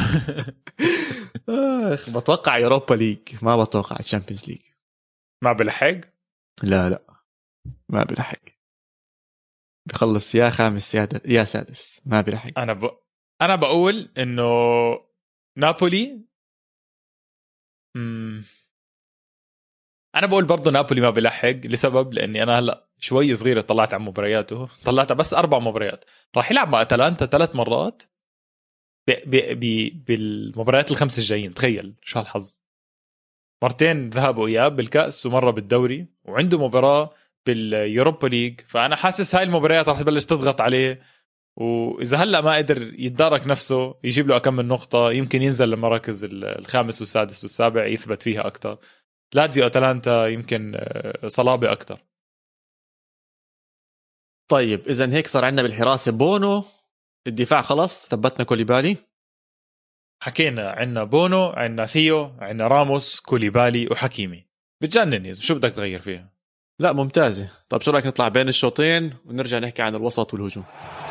اخ بتوقع يوروبا ليج، ما بتوقع تشامبيونز ليج. ما بلحق. لا لا ما بلحق، بخلص يا خامس يا, يا سادس، ما بلحق. انا ب... انا بقول انه نابولي مم. انا بقول برضه نابولي ما بيلحق لسبب لاني انا هلا شوي صغيره طلعت عن مبارياته، طلعت بس اربع مباريات. راح يلعب مع اتلانتا ثلاث مرات ب... ب... ب... بالمباريات الخمس الجايين. تخيل شو هالحظ، مرتين ذهاب واياب بالكاس ومره بالدوري، وعنده مباراه باليوروبا ليج. فانا حاسس هاي المباريات راح تبلش تضغط عليه، واذا هلا ما قدر يتدارك نفسه يجيب له كم من نقطه، يمكن ينزل لمراكز الخامس والسادس والسابع يثبت فيها اكثر. لاتزيو اتلانتا يمكن صلابه اكثر. طيب اذا هيك صار عندنا بالحراسه بونو، الدفاع خلص ثبتنا كوليبالي، حكينا عنا بونو، عنا ثيو، عنا راموس، كوليبالي وحكيمي. بتجنن يا شو بدك تغير فيها؟ لا ممتازه. طب شو رايك نطلع بين الشوطين ونرجع نحكي عن الوسط والهجوم؟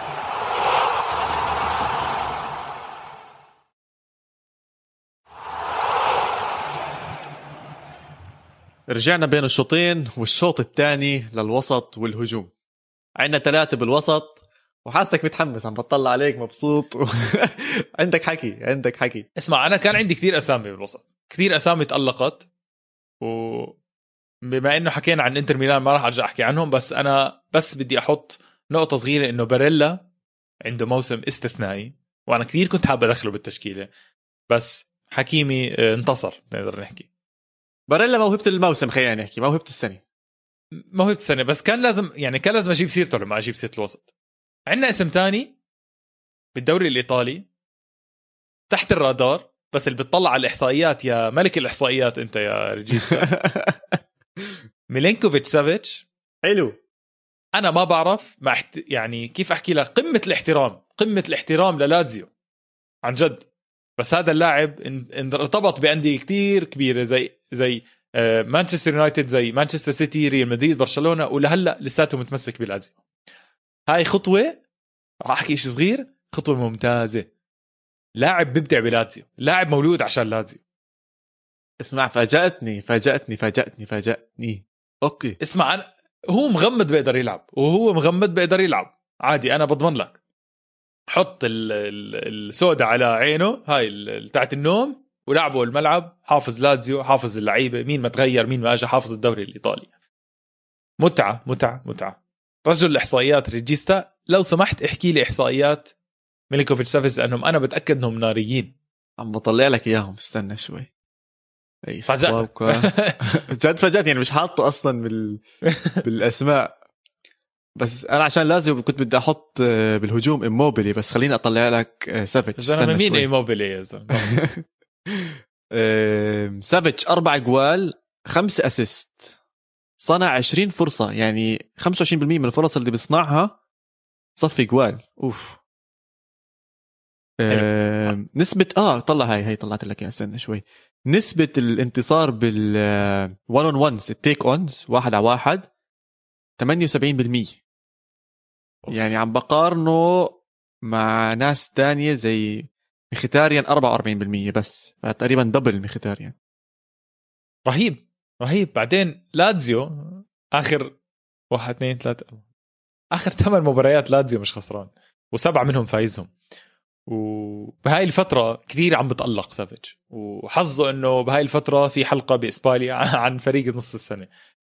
رجعنا بين الشوطين والشوط الثاني للوسط والهجوم. عندنا ثلاثة بالوسط وحاسك متحمس، عم بطلع عليك مبسوط و... عندك حكي عندك حكي. اسمع، أنا كان عندي كتير أسامي بالوسط، كتير أسامي تألقت، وبما إنه حكينا عن إنتر ميلان ما راح أرجع أحكي عنهم، بس أنا بس بدي أحط نقطة صغيرة إنه باريلا عنده موسم استثنائي، وأنا كتير كنت حابة أدخله بالتشكيلة، بس حكيمي انتصر نقدر نحكي. باريلا موهبة الموسم، خلينا نحكي موهبة السنة، موهبة السنة، بس كان لازم يعني كان لازم أجيب سيرته لما أجيب سيرة الوسط. عندنا اسم تاني بالدوري الإيطالي تحت الرادار، بس اللي بتطلع على الإحصائيات يا ملك الإحصائيات أنت يا ريجيستا. ميلينكوفيتش سافيتش. حلو. أنا ما بعرف ما احت... يعني كيف أحكي لك، قمة الاحترام قمة الاحترام للاتزيو عن جد. بس هذا اللاعب ارتبط بأندية كتير كبيرة زي زي مانشستر يونايتد، زي مانشستر سيتي، ريال مدريد، برشلونة، ولهلا لساته متمسك باللازيو. هاي خطوة، راح أحكي شيء صغير، خطوة ممتازة. لاعب بيبدع بلازيو، لاعب مولود عشان لازيو. اسمع، فاجأتني فاجأتني فاجأتني فاجأتني اوكي اسمع، أنا هو مغمض بيقدر يلعب، وهو مغمض بيقدر يلعب عادي، أنا بضمن لك. حط السوداء على عينه هاي تاعت النوم ولعبوا الملعب، حافظ لازيو، حافظ اللعيبة، مين ما تغير مين ما أجا، حافظ الدوري الإيطالي. متعة متعة متعة. رجل الإحصائيات ريجيستا، لو سمحت احكي لي إحصائيات ميلينكوفيتش سافيتش، لأنهم أنا بتأكد أنهم ناريين. عم بطلع لك إياهم، استنى شوي. فاجأتك. جد فاجأتني، يعني مش حاطه أصلا بال... بالأسماء، بس أنا عشان لازم كنت بدي أحط بالهجوم إيموبيلي، بس خليني أطلع لك سافيتش. أنا مين إيموبيلي يا زلمة؟ سافيتش أربع جوال، خمسة أسيست، صنع عشرين فرصة، يعني خمسة وعشرين بالمية من الفرص اللي بيصنعها صفي جوال. أوف. آه نسبة آه طلع هاي هاي طلعت لك يا استنى شوي. نسبة الانتصار بال one on ones التيك اونز واحد على واحد ثمانية وسبعين بالمية. يعني عم بقارنه مع ناس تانية زي مختاريان أربعة وأربعين بالمية بس، تقريبا دبل مختاريان. رهيب رهيب. بعدين لاتزيو آخر واحد اثنين ثلاثة آخر ثمان مباريات لاتزيو مش خسران، وسبعة منهم فايزهم. وبهاي الفترة كثير عم بتألق سافيتش، وحظه انه بهاي الفترة في حلقة بإسبانيا عن فريق نصف السنة،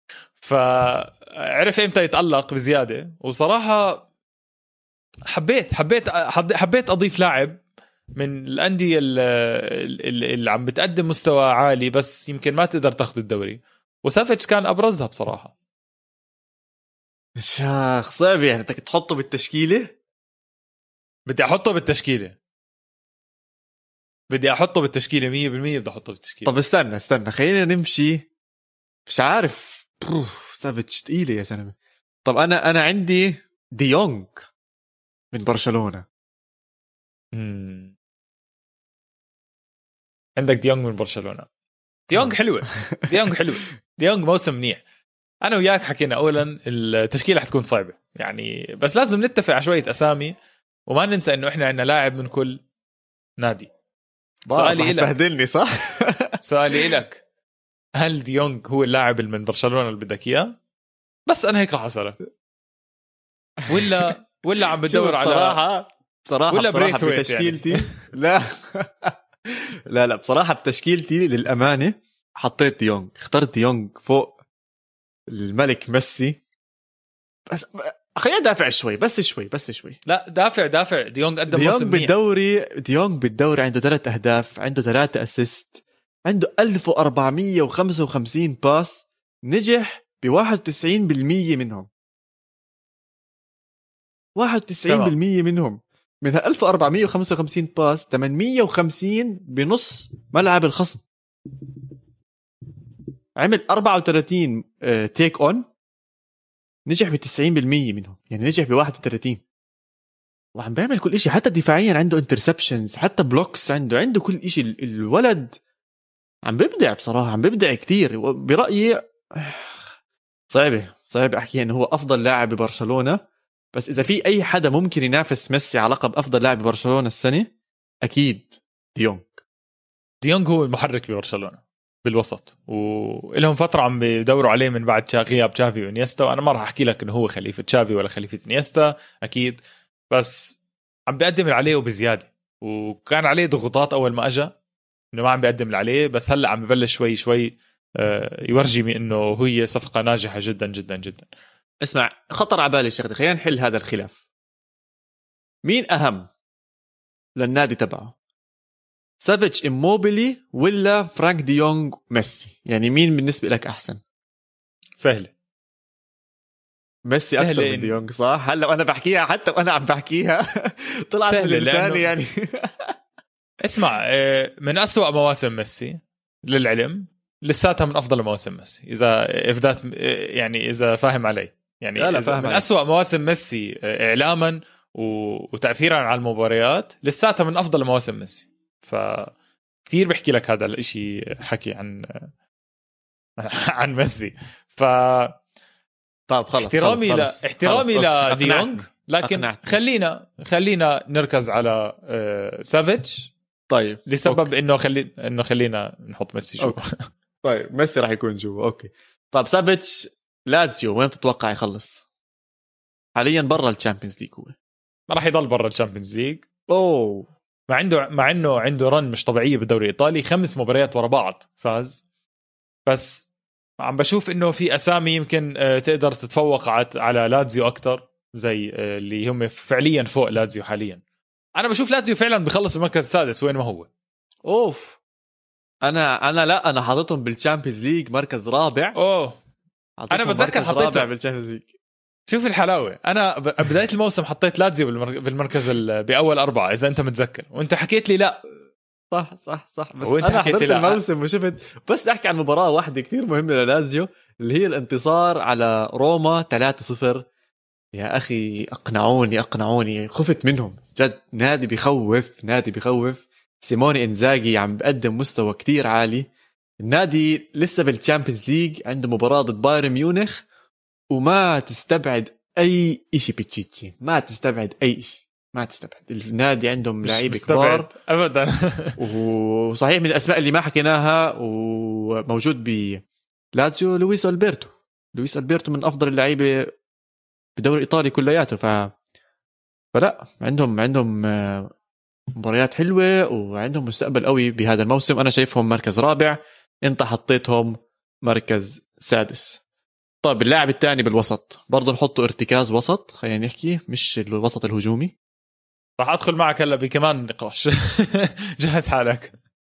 فعرف امتى يتألق بزيادة. وصراحة حبيت حبيت حبيت اضيف لاعب من الأندية اللي, اللي عم بتقدم مستوى عالي بس يمكن ما تقدر تاخذ الدوري، وسافيتش كان ابرزها بصراحة. شاخ صعب يعني بدك تحطه بالتشكيلة. بدي احطه بالتشكيله بدي احطه بالتشكيله مية بالمية بدي احطه بالتشكيله. طب استنى استنى خلينا نمشي، مش عارف. سافيتش تقيله يا زلمه. طب انا انا عندي دي يونغ من برشلونه. مم. عندك دي يونغ من برشلونه. دي يونغ حلوه دي يونغ حلوه دي يونغ موسم منيح. انا وياك حكينا اولا التشكيله حتكون صعبه يعني، بس لازم نتفق على شويه اسامي، وما ننسى انه احنا عندنا لاعب من كل نادي. سؤالي لك بهدلني صح؟ سؤالي لك، هل دي يونغ هو اللاعب اللي من برشلونه اللي بدك اياه؟ بس انا هيك راح اسالك، ولا ولا عم بدور على صراحه بصراحه ولا بصراحه بريثويت بتشكيلتي يعني. لا لا لا بصراحه بتشكيلتي للامانه حطيت ديونج، اخترت ديونج فوق الملك ميسي. بس خلينا دافع شوي بس شوي بس شوي لا دافع دافع ديونج قدم ديونج موسم منيح. بالدوري ديونج بالدوري عنده ثلاث اهداف، عنده ثلاثة اسيست، عنده ألف وأربعمية وخمسة وخمسين باس، نجح ب واحد وتسعين بالمية منهم. واحد وتسعين بالمية منهم من ألف وأربعمية وخمسة وخمسين باس، ثمانمية وخمسين بنص ملعب الخصم. عمل أربعة وثلاثين تيك اون، نجح ب تسعين بالمية منهم، يعني نجح ب واحد وثلاثين. وعم بيعمل كل إشي، حتى دفاعيا عنده انترسبشنز، حتى بلوكس عنده عنده كل إشي. الولد عم بيبدع بصراحة، عم بيبدع كتير. برأيي صعبة صعبة أحكي إنه هو أفضل لاعب ببرشلونة، بس إذا في أي حدا ممكن ينافس ميسي على لقب أفضل لاعب ببرشلونة السنة أكيد ديونج. ديونج هو المحرك ببرشلونة بالوسط، ولهم فترة عم بيدوروا عليه من بعد غياب تشافي وانيستا، وأنا ما راح أحكي لك إنه هو خليفة تشافي ولا خليفة انيستا أكيد، بس عم بيقدم عليه وبزيادة، وكان عليه ضغوطات أول ما أجا إنه ما عم بيقدم عليه، بس هلأ عم ببلش شوي شوي يورجي إنه هي صفقة ناجحة جدا جدا جدا. اسمع، خطر على بالي شغله، خلينا نحل هذا الخلاف. مين أهم للنادي تبعه، سافيتش إموبيلي ولا فرانك ديونج ميسي؟ يعني مين بالنسبة لك أحسن؟ سهلة ميسي أكتر من ديونج صح؟ هلا وأنا بحكيها، حتى وأنا عم بحكيها طلعت من لساني يعني. اسمع، من أسوأ مواسم ميسي للعلم لساتها من أفضل مواسم ميسي، إذا إفدات يعني إذا فاهم علي يعني. لا لا إذا من علي. أسوأ مواسم ميسي إعلاما وتأثيرا على المباريات لساتها من أفضل مواسم ميسي. فكتير بحكي لك هذا الاشي حكي عن عن ميسي. ف طب خلص احترامي خلص لا خلص. احترامي لديونج، لكن أقنعتني. خلينا خلينا نركز على سافيتش. طيب لسبب أوكي. انه خلي انه خلينا نحط ميسي جوا. طيب ميسي راح يكون جوا. اوكي طب سافيتش لاتسيو وين تتوقع يخلص؟ حاليا برا الشامبيونز ليج، هو ما راح يضل برا الشامبيونز ليج. اوه مع عنده مع انه عنده رن مش طبيعيه بالدوري الايطالي، خمس مباريات ورا بعض فاز، بس عم بشوف انه في اسامي يمكن تقدر تتفوق على لاتزيو اكتر، زي اللي هم فعليا فوق لاتزيو حاليا. انا بشوف لاتزيو فعلا بخلص المركز السادس وين ما هو. اوف انا انا لا انا حاططهم بالشامبيونز ليج مركز رابع. اوه انا بتذكر حطيته بالشامبيونز ليج. شوف الحلاوه، انا بدايه الموسم حطيت لاتزيو بالمركز باول اربعه اذا انت متذكر، وانت حكيت لي لا. صح صح صح بس وانت انا حضرت لا. الموسم وشفت. بس احكي عن مباراه واحده كتير مهمه للازيو، اللي هي الانتصار على روما ثلاثة صفر. يا اخي اقنعوني اقنعوني خفت منهم جد. نادي بيخوف، نادي بيخوف. سيموني انزاغي عم بقدم مستوى كتير عالي. النادي لسه بالتشامبيونز ليج، عنده مباراه ضد بايرن ميونخ، وما تستبعد اي اشي بتشيتشي، ما تستبعد اي اشي، ما تستبعد. النادي عندهم لعيبه كبار ابدا. وصحيح من الاسماء اللي ما حكيناها وموجود ب لاتسيو لويس ألبرتو. لويس ألبرتو من افضل اللعيبه بدوري ايطالي كلياته. ف فلا عندهم عندهم مباريات حلوه وعندهم مستقبل قوي بهذا الموسم. انا شايفهم مركز رابع، انت حطيتهم مركز سادس. طيب اللاعب الثاني بالوسط برضه نحطه ارتكاز وسط، خلينا نحكي مش الوسط الهجومي. راح ادخل معك هلا بكمان نقاش. جهز حالك.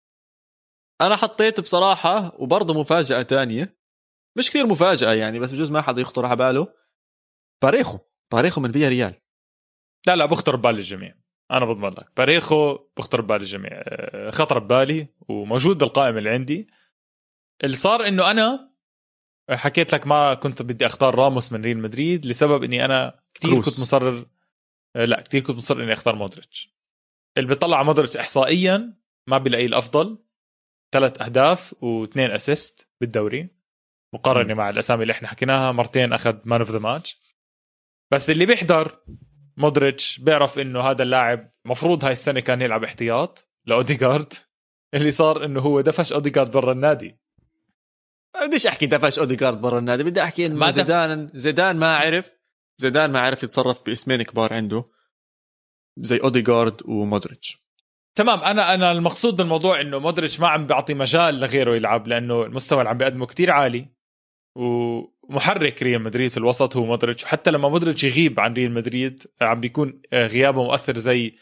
انا حطيت بصراحه وبرضه مفاجاه تانية، مش كثير مفاجاه يعني، بس بجوز ما حدا يخطر على باله. باريخو باريخو من فيا ريال. لا لا بخطر ببال الجميع، انا بضمن لك باريخو بخطر ببال الجميع، خطر ببالي وموجود بالقائمه اللي عندي. اللي صار انه انا حكيت لك ما كنت بدي اختار راموس من ريال مدريد لسبب اني انا كتير كنت مصرر لا كتير كنت مصر اني اختار مودريتش. اللي بيطلع على مودريتش احصائيا ما بيلاقي الافضل، ثلاث اهداف واثنين اسيست بالدوري مقارنه م. مع الاسامي اللي احنا حكيناها. مرتين اخذ مان اوف ذا ماتش. بس اللي بيحضر مودريتش بيعرف انه هذا اللاعب مفروض هاي السنه كان يلعب احتياط لاوديغارد. اللي صار انه هو دفش اوديغارد برا النادي. بديش احكي دفش اوديغارد برا النادي، بدي احكي انه زيدان زيدان ما عرف زيدان ما عرف يتصرف باسمين كبار عنده. زي اوديغارد ومودريتش. تمام. انا انا المقصود بالموضوع انه مودريتش ما عم بيعطي مجال لغيره يلعب، لانه المستوى اللي عم بيقدمه كتير عالي، ومحرك ريال مدريد في الوسط هو مودريتش. وحتى لما مودريتش يغيب عن ريال مدريد عم بيكون غيابه مؤثر زي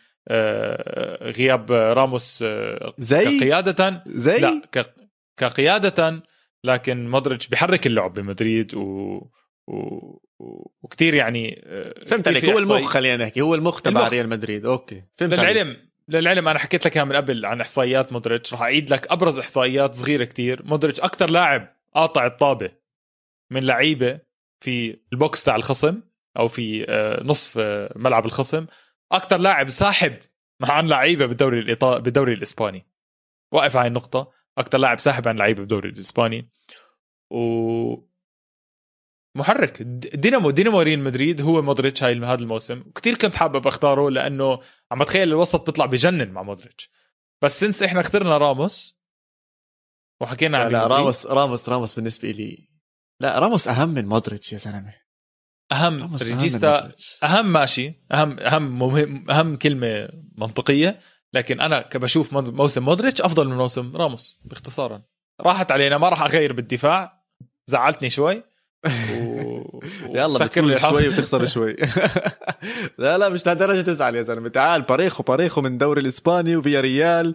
غياب راموس زي كقيادة زي لا كقيادة، لكن مودريتش بيحرك اللعب بمدريد و... و... وكتير يعني فهمت عليك. هو المخ، خلينا نحكي هو المخ تبع ريال مدريد. اوكي فهمت للعلم عليك. للعلم انا حكيت لك من قبل عن احصائيات مودريتش، راح اعيد لك ابرز احصائيات صغيره كتير. مودريتش اكتر لاعب قاطع الطابه من لعيبه في البوكس تاع الخصم او في نصف ملعب الخصم، اكتر لاعب ساحب عن لعيبه بالدوري الايطالي بالدوري الاسباني. واقف على النقطه، اكتر لاعب ساحب عن لعيبه بالدوري الاسباني. و محرك دينامو دينامو ريال مدريد هو مودريتش هاي هذا الموسم. كتير كنت حابب اختاره لانه عم اتخيل الوسط بيطلع بجنن مع مودريتش، بس سنس احنا اخترنا راموس وحكينا عن لا راموس راموس راموس بالنسبه لي لا راموس اهم من مودريتش يا زلمه. اهم ريجيستا اهم ماشي اهم اهم مهم اهم كلمه منطقيه، لكن انا كبشوف موسم مودريتش افضل من موسم راموس باختصارا. راحت علينا، ما راح اغير بالدفاع، زعلتني شوي و... يلا بتفوز شوي وتخسر شوي. لا لا مش لهالدرجه تزعل يا زلمه. تعال باريخو باريخو من الدوري الاسباني وفيا ريال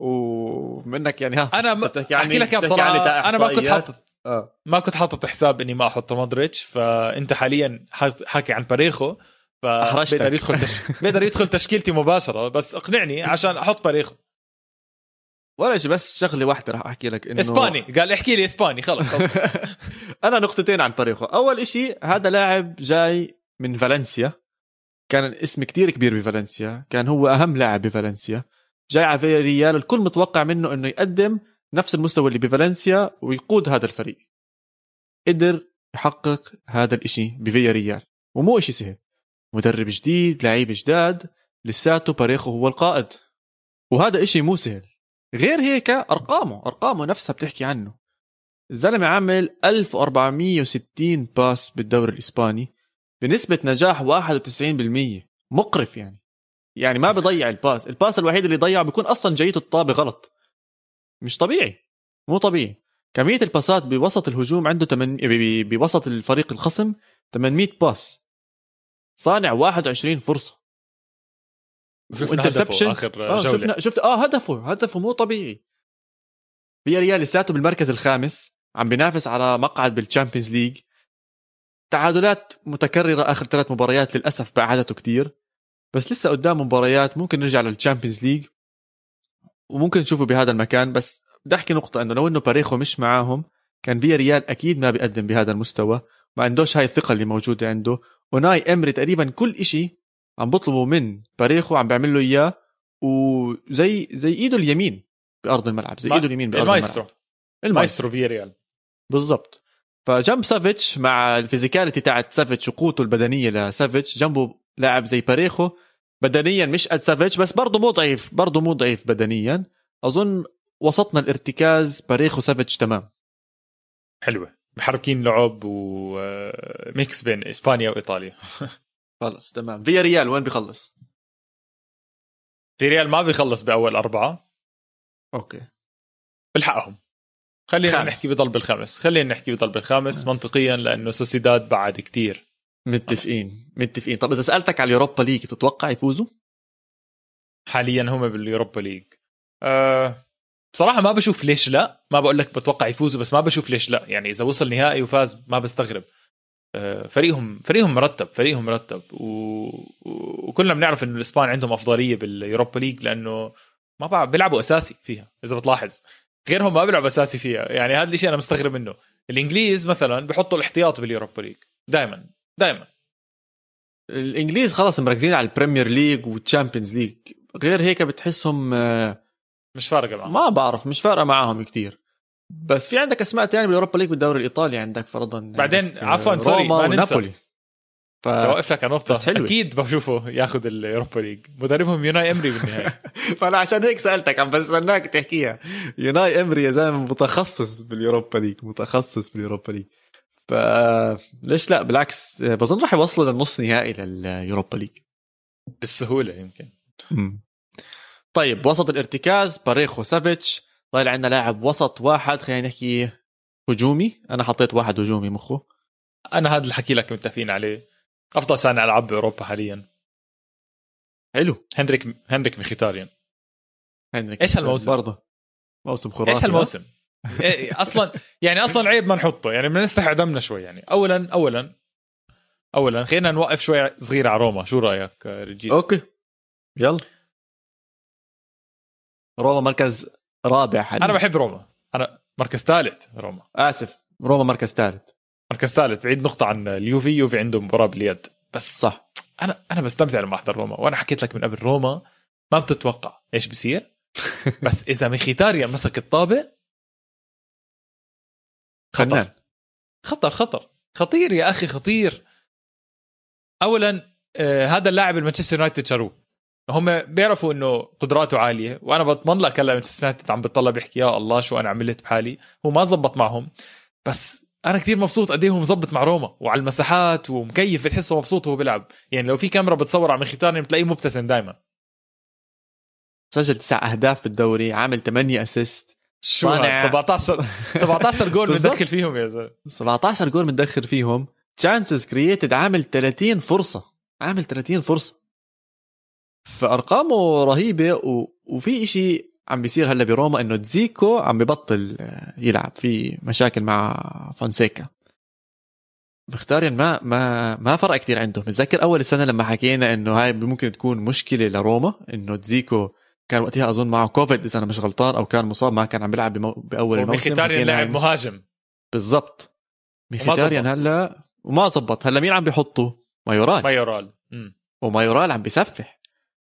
ومنك يعني ها انا م... يعني احكي لك يا بصراحه انا ما كنت حاطط آه. ما كنت حاطط حساب اني ما احط مودريتش، فانت حاليا حاكي عن باريخو فبقدر يدخل تش... بقدر يدخل تشكيلتي مباشره، بس اقنعني عشان احط باريخو. ولا شيء، بس شغله واحده راح احكي لك انه اسباني. قال احكي لي اسباني خلص. انا نقطتين عن باريخو. اول إشي هذا لاعب جاي من فالنسيا، كان اسم كتير كبير بفالنسيا، كان هو اهم لاعب بفالنسيا، جاي على فيا ريال. الكل متوقع منه انه يقدم نفس المستوى اللي بفالنسيا ويقود هذا الفريق. قدر يحقق هذا الإشي بفيا ريال، ومو إشي سهل. مدرب جديد، لعيب جداد، لساته باريخو هو القائد، وهذا إشي مو سهل. غير هيك أرقامه أرقامه نفسها بتحكي عنه. الزلمة عامل ألف وأربعمية وستين باس بالدوري الإسباني بنسبة نجاح واحد وتسعين بالمية. مقرف يعني يعني ما بيضيع الباس. الباس الوحيد اللي ضيعه بيكون أصلا جايته الطابة غلط. مش طبيعي، مو طبيعي. كمية الباسات بوسط الهجوم عنده تمن... بوسط الفريق الخصم ثمانمية باس، صانع واحد وعشرين فرصة، وانترسبشن آخر آه جولة. شفنا شفت اه هدفه هدفه مو طبيعي. فيا ريال لساته بالمركز الخامس، عم بينافس على مقعد بالتشامبيونز ليج. تعادلات متكررة آخر ثلاث مباريات للأسف بعدته كتير، بس لسه قدام مباريات ممكن نرجع للتشامبيونز ليج وممكن نشوفه بهذا المكان. بس بدي احكي نقطة انه لو انه باريخو مش معاهم كان فيا ريال اكيد ما بيقدم بهذا المستوى، ما عندوش هاي الثقة اللي موجودة عنده. وناي امري تقريبا كل اشي عم بطلبه من باريخو عم بيعمل له اياه، وزي زي ايده اليمين بارض الملعب، زي ايده اليمين بارض المايسترو. الملعب. المايسترو فيا ريال بالضبط. فجنب سافيتش مع الفيزيكاليتي تاعت سافيتش وقوته البدنية لسافيتش، جنبه لاعب زي باريخو بدنيا مش قد سافيتش بس برضه مو ضعيف، برضه مو ضعيف بدنيا. اظن وسطنا الارتكاز باريخو سافيتش تمام. حلوة، محركين لعب وميكس بين اسبانيا وايطاليا. خلص تمام. فيا ريال وين بيخلص؟ في ريال ما بيخلص باول اربعة. اوكي بالحقهم خلينا خامس. نحكي بضل بالخامس خلينا نحكي بضل بالخامس آه. منطقيا، لانه سوسيداد بعد كتير. متفقين متفقين. طب اذا سالتك على اليوروبا ليج تتوقع يفوزوا؟ حاليا هم باليوروبا ليج. أه بصراحة ما بشوف ليش لا، ما بقول لك بتوقع يفوزوا بس ما بشوف ليش لا. يعني إذا وصل نهائي وفاز ما بستغرب. أه فريقهم فريقهم مرتب فريقهم مرتب و... وكلنا بنعرف إنه الإسبان عندهم أفضلية باليوروبا ليج لأنه ما بعرف بيلعبوا أساسي فيها. إذا بتلاحظ غيرهم ما بيلعبوا أساسي فيها، يعني هذا الشيء أنا مستغرب منه. الإنجليز مثلا بيحطوا الاحتياط باليوروبا ليج دائما دائما. الإنجليز خلاص مركزين على البريمير ليج والتشامبيونز ليج، غير هيك بتحسهم مش فارقة معهم. ما بعرف مش فارقة معهم كتير. بس في عندك أسماء تانية باليوروبا ليج بالدوري الإيطالي، عندك فرضا بعدين عفوا سوري ما ننسى ف... توقف لك على نقطة أكيد بشوفه ياخد اليوروبا ليج مدربهم يوناي إمري بالنهاية. فأنا عشان هيك سألتك عم بستناك تحكيها. يوناي إمري يا زلمة متخصص باليوروبا ليج، متخصص باليوروبا ليج. فليش لا بالعكس بظن راح يوصلوا للنص نهائي لليوروبا ليج. بالسهوله يمكن. مم. طيب وسط الارتكاز باريخو سافيتش. طيب عندنا لاعب وسط واحد، خلينا نحكي هجومي. انا حطيت واحد هجومي مخه. انا هذا اللي حكي لك متفقين عليه، افضل صانع العاب باوروبا حاليا. حلو. هنريك هنريك مخيتاريان. هنريك ايش هالموسم برضه موسم خرافي. ايش هالموسم إيه اصلا يعني اصلا عيب ما نحطه، يعني بدنا نستحي دمنا شوي. يعني اولا اولا اولا خلينا نوقف شوي صغيره على روما. شو رايك رجيس؟ اوكي يلا. روما مركز رابع حاليا. انا بحب روما. انا مركز ثالث روما. اسف روما مركز ثالث. مركز ثالث بعيد نقطه عن اليوفي. يوفي عنده مباراه باليد بس. صح. انا انا بستمتع لما احضر روما، وانا حكيت لك من قبل روما ما بتتوقع ايش بصير بس اذا مخيتاريان مسك الطابه خطر خطر خطر خطير يا اخي خطير. اولا آه هذا اللاعب المانشستر يونايتد شروه، هم بيعرفوا انه قدراته عاليه، وانا بضمن لك هلا مانشستر يونايتد عم بتطلع بيحكي يا الله شو انا عملت بحالي. هو ما زبط معهم، بس انا كتير مبسوط قد ايه هو مزبط مع روما وعلى المساحات ومكيف، بتحسه مبسوط وهو بيلعب. يعني لو في كاميرا بتصور على مخيتاريان بتلاقيه مبتسم دائما. سجل تسع اهداف بالدوري، عامل ثمانية اسيست. شو سبعتاشر سبعتاشر جول مدخل فيهم يا زلمه. سبعتاشر جول مدخل فيهم. تشانسز كرييتد عامل ثلاثين فرصه، عامل ثلاثين فرصه. فارقامه رهيبه. و... وفي إشي عم بيصير هلا بروما انه تزيكو عم ببطل يلعب، في مشاكل مع فونسيكا. مختارين ما ما ما فرق كتير عنده. بتذكر اول السنه لما حكينا انه هاي ممكن تكون مشكله لروما، انه تزيكو كان وقتها اظن معه كوفيد اذا انا مش غلطان، او كان مصاب ما كان عم بيلعب بمو... باول الموسم. مخيتاريان لاعب مهاجم بالضبط. مخيتاريان هلا وما زبط. هلا مين عم بيحطوا؟ مايورال. مايورال م. ومايورال عم بيسفح.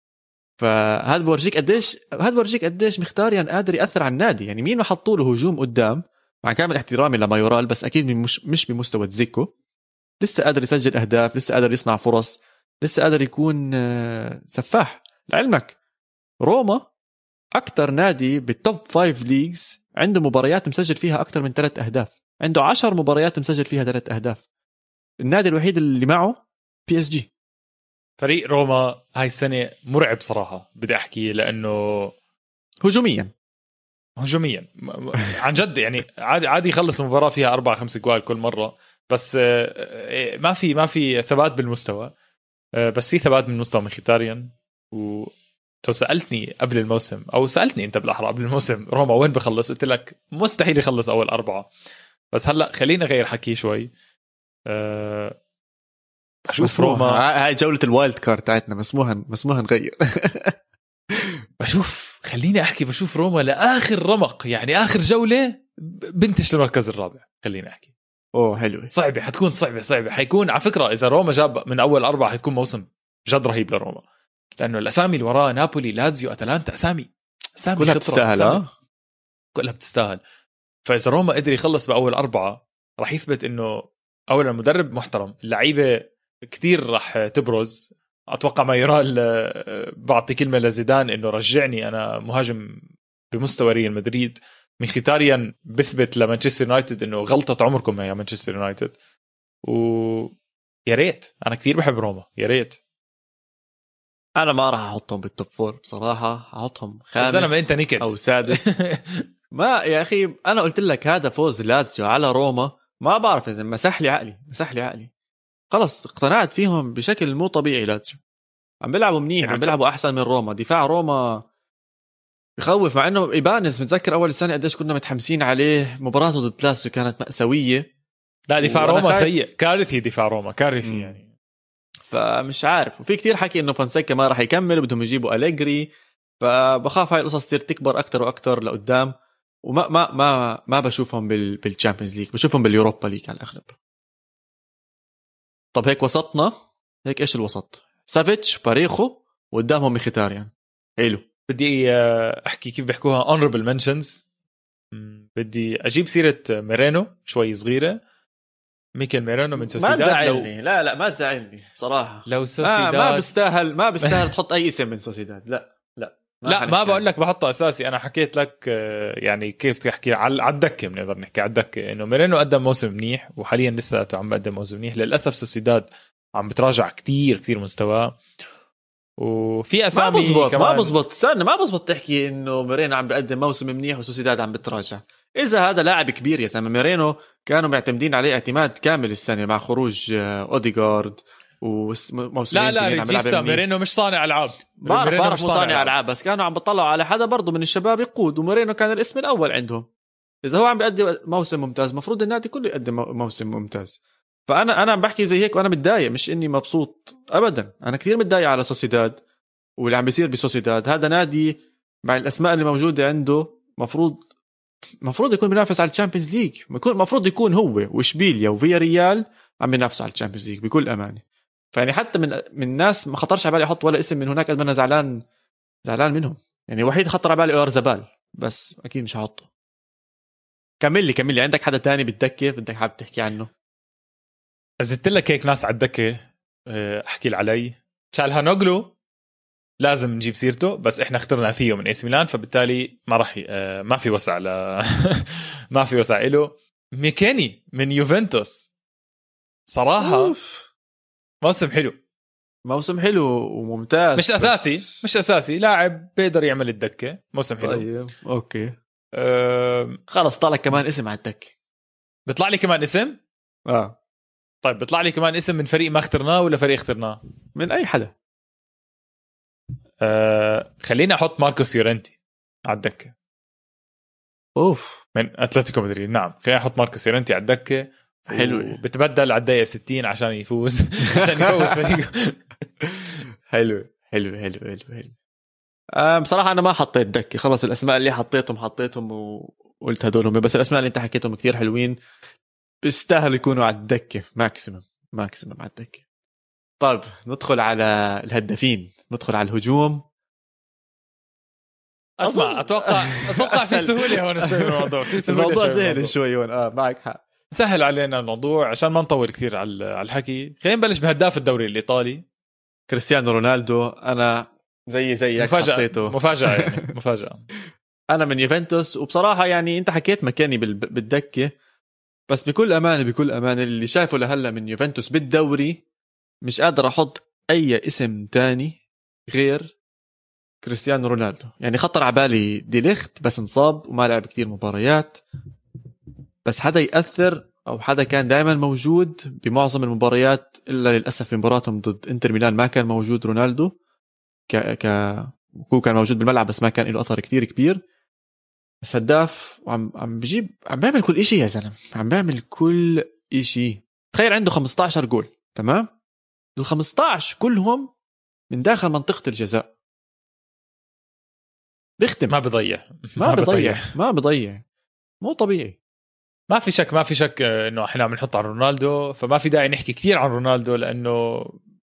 فهذا بورجيك قديش هذا بورجيك قديش مختاريان قادر ياثر على النادي. يعني مين ما حطوا له هجوم قدام، مع كامل احترامي لمايورال بس اكيد مش مش بمستوى تزيكو. لسه قادر يسجل اهداف، لسه قادر يصنع فرص، لسه قادر يكون سفاح. لعلمك روما اكثر نادي بالتوب فايف ليجز عنده مباريات مسجل فيها اكثر من ثلاث اهداف. عنده عشر مباريات مسجل فيها ثلاث اهداف. النادي الوحيد اللي معه بي اس جي. فريق روما هاي السنة مرعب صراحة بدي أحكي، لأنه هجوميا هجوميا عن جد. يعني عادي عادي يخلص المباراة فيها أربعة خمسة جوال كل مرة، بس ما في ما في ثبات بالمستوى. بس في ثبات من مستوى مخيتاريان. ولو سألتني قبل الموسم، أو سألتني أنت بالأحرى قبل الموسم، روما وين بخلص؟ قلت لك مستحيل يخلص أول أربعة. بس هلأ خلينا غير حكي شوي. أه بشوف روما هاي جولة الوايلد كارد تاعتنا، مسموها مسموها نغير. بشوف خليني أحكي بشوف روما لآخر رمق، يعني آخر جولة بنتش للمركز الرابع. خليني أحكي أوه حلوة صعبة، حتكون صعبة صعبة حيكون على فكرة. إذا روما جاب من أول أربعة حتكون موسم جد رهيب لروما، لأنه الأسامي اللي وراء نابولي لازيو أتلانتا أسامي أسامي كلها بتستاهل. أسامي. كلها بتستاهل. فإذا روما قدر يخلص بأول أربعة راح يثبت إنه أولا المدرب محترم، اللعيبة كتير راح تبرز. أتوقع ما يرال بعطي كلمة لزيدان إنه رجعني أنا مهاجم بمستوى ريال مدريد. مخيتاريان بثبت لمانشستر يونايتد إنه غلطة عمركم يا مانشستر يونايتد. ويا ريت، أنا كتير بحب روما، يا ريت. أنا ما راح أحطهم بالتوب فور بصراحة، أحطهم خامس أنا ما أنت نكت أو سادس. ما يا أخي أنا قلت لك هذا فوز لاتسيو على روما، ما بعرف إذا مسح لي عقلي مسح لي عقلي خلص اقتنعت فيهم بشكل مو طبيعي. لاتسيو عم بيلعبوا منيح، عم بيلعبوا أحسن من روما. دفاع روما بخوف، مع إنه إيبانيز متذكر أول السنة قديش كنا متحمسين عليه. مباراته ضد لاتسيو كانت مأساوية. لا دفاع روما سيء، كارثي دفاع روما كارثي يعني. فمش عارف. وفي كتير حكي إنه فانسيكا ما راح يكمل وبدهم يجيبوا أليجري، فبخاف هاي القصص تصير تكبر أكتر وأكتر لقدام. وما ما ما ما بشوفهم بال بالشامبيونز ليج، بشوفهم باليوروبا ليج على الأغلب. طب هيك وسطنا، هيك إيش الوسط؟ سافيتش باريخو وقدامهم مخيتاريان. حلو. بدي أحكي كيف بيحكوها honorable mentions. بدي أجيب سيرة ميرينو شوي صغيرة. ميكل ميرينو من سوسيداد. ما تزعلني، لو... لا لا ما تزعلني بصراحة. لو سوسيداد ما, ما بستاهل ما بستاهل تحط أي اسم من سوسيداد. لا لا ما لا ما بقول لك بحطه أساسي. أنا حكيت لك يعني كيف تحكي على الدكة، بنقدر نحكي على الدكة إنه ميرينو قدم موسم منيح، وحاليا لسه عم بقدم موسم منيح. للأسف سوسيداد عم بتراجع كتير كتير مستواه. وفي ما اسامي بزبط كمان. ما بزبط استنى ما بزبط تحكي انه ميرينو عم بيقدم موسم منيح وسوسيداد عم بتراجع. اذا هذا لاعب كبير يا زلمه، ميرينو كانوا معتمدين عليه اعتماد كامل السنه مع خروج اوديغارد وموسمين. لا لا ريجيستا ميرينو مش صانع العاب، بعرف بعرف مو صانع العاب، بس كانوا عم بيطلعوا على حدا برضه من الشباب يقود، وميرينو كان الاسم الاول عندهم. اذا هو عم بيقدم موسم ممتاز مفروض النادي كله يقدم موسم ممتاز. فانا انا عم بحكي زي هيك وانا متضايق، مش اني مبسوط ابدا. انا كثير متضايق على سوسيداد واللي عم بيصير بسوسيداد. هذا نادي مع الاسماء اللي موجوده عنده مفروض مفروض يكون بينافس على الشامبيونز ليج، مفروض يكون هو واشبيليا وفيا ريال عم بينافسوا على الشامبيونز ليج بكل امانه. فيعني حتى من من الناس ما خطرش على بالي احط ولا اسم من هناك، قد ما انا زعلان زعلان منهم. يعني وحيد خطر على بالي اورزبال، بس اكيد مش هحطه. كمل لي كمل لي عندك حدا تاني بالدكه بدك حابب تحكي عنه؟ ازدت لك هيك ناس على الدكه احكي لي علي. تشالهانوغلو لازم نجيب سيرته، بس احنا اخترنا فيه من ايس ميلان، فبالتالي ما راح ي... ما في وسع ل... ما في وسع له. ميكاني من يوفنتوس صراحه أوف. موسم حلو موسم حلو وممتاز، مش اساسي بس... مش اساسي لاعب بيقدر يعمل الدكه. موسم حلو. طيب اوكي أه... خلص طلع كمان اسم على الدكه. بيطلع لي كمان اسم اه طيب بيطلع لي كمان اسم من فريق ما اخترناه ولا فريق اخترناه؟ من اي حدا. أه... خليني احط ماركوس يورنتي على الدكه. اوف من اتلتيكو مدريد. نعم خليني احط ماركوس يورنتي على الدكه. حلو بتبدل على الدقيقه ستين عشان يفوز عشان يفوز فريقه. حلو حلو حلو حلو حلو. أه بصراحه انا ما حطيت دكه، خلص الاسماء اللي حطيتهم حطيتهم وقلت هدول هم، بس الاسماء اللي انت حكيتهم كثير حلوين بيستاهلوا يكونوا على الدكه. ماكسيمم ماكسيمم على الدكه. طيب ندخل على الهدافين، ندخل على الهجوم. اسمع اتوقع اتوقع في سهوله هون شوي الموضوع، في سهوله الموضوع سهل شوي هون. اه معك حق، سهل علينا الموضوع عشان ما نطول كثير على الحكي. خلينا نبلش بهداف الدوري الايطالي كريستيانو رونالدو. انا زي زيك مفاجأة. حطيته مفاجاه يعني مفاجاه. انا من يوفنتوس، وبصراحه يعني انت حكيت مكاني بالدكه، بس بكل امانه بكل امانه اللي شايفه لهلا من يوفنتوس بالدوري مش قادر احط اي اسم تاني غير كريستيانو رونالدو. يعني خطر على بالي دي ليخت بس انصاب وما لعب كتير مباريات، بس حدا يأثر او حدا كان دائما موجود بمعظم المباريات، الا للاسف في مباراتهم ضد انتر ميلان ما كان موجود رونالدو. ك ك هو كان موجود بالملعب بس ما كان له اثر كتير كبير. بس هداف وعم عم بجيب عم بيعمل كل إشي يا زلمه، عم بيعمل كل إشي. تخيل عنده خمسة عشر جول، تمام؟ ال خمسة عشر كلهم من داخل منطقه الجزاء. بيختم ما بضيع ما, ما بضيع ما بضيع مو طبيعي. ما في شك ما في شك انه احنا عم نحط على رونالدو، فما في داعي نحكي كثير عن رونالدو، لانه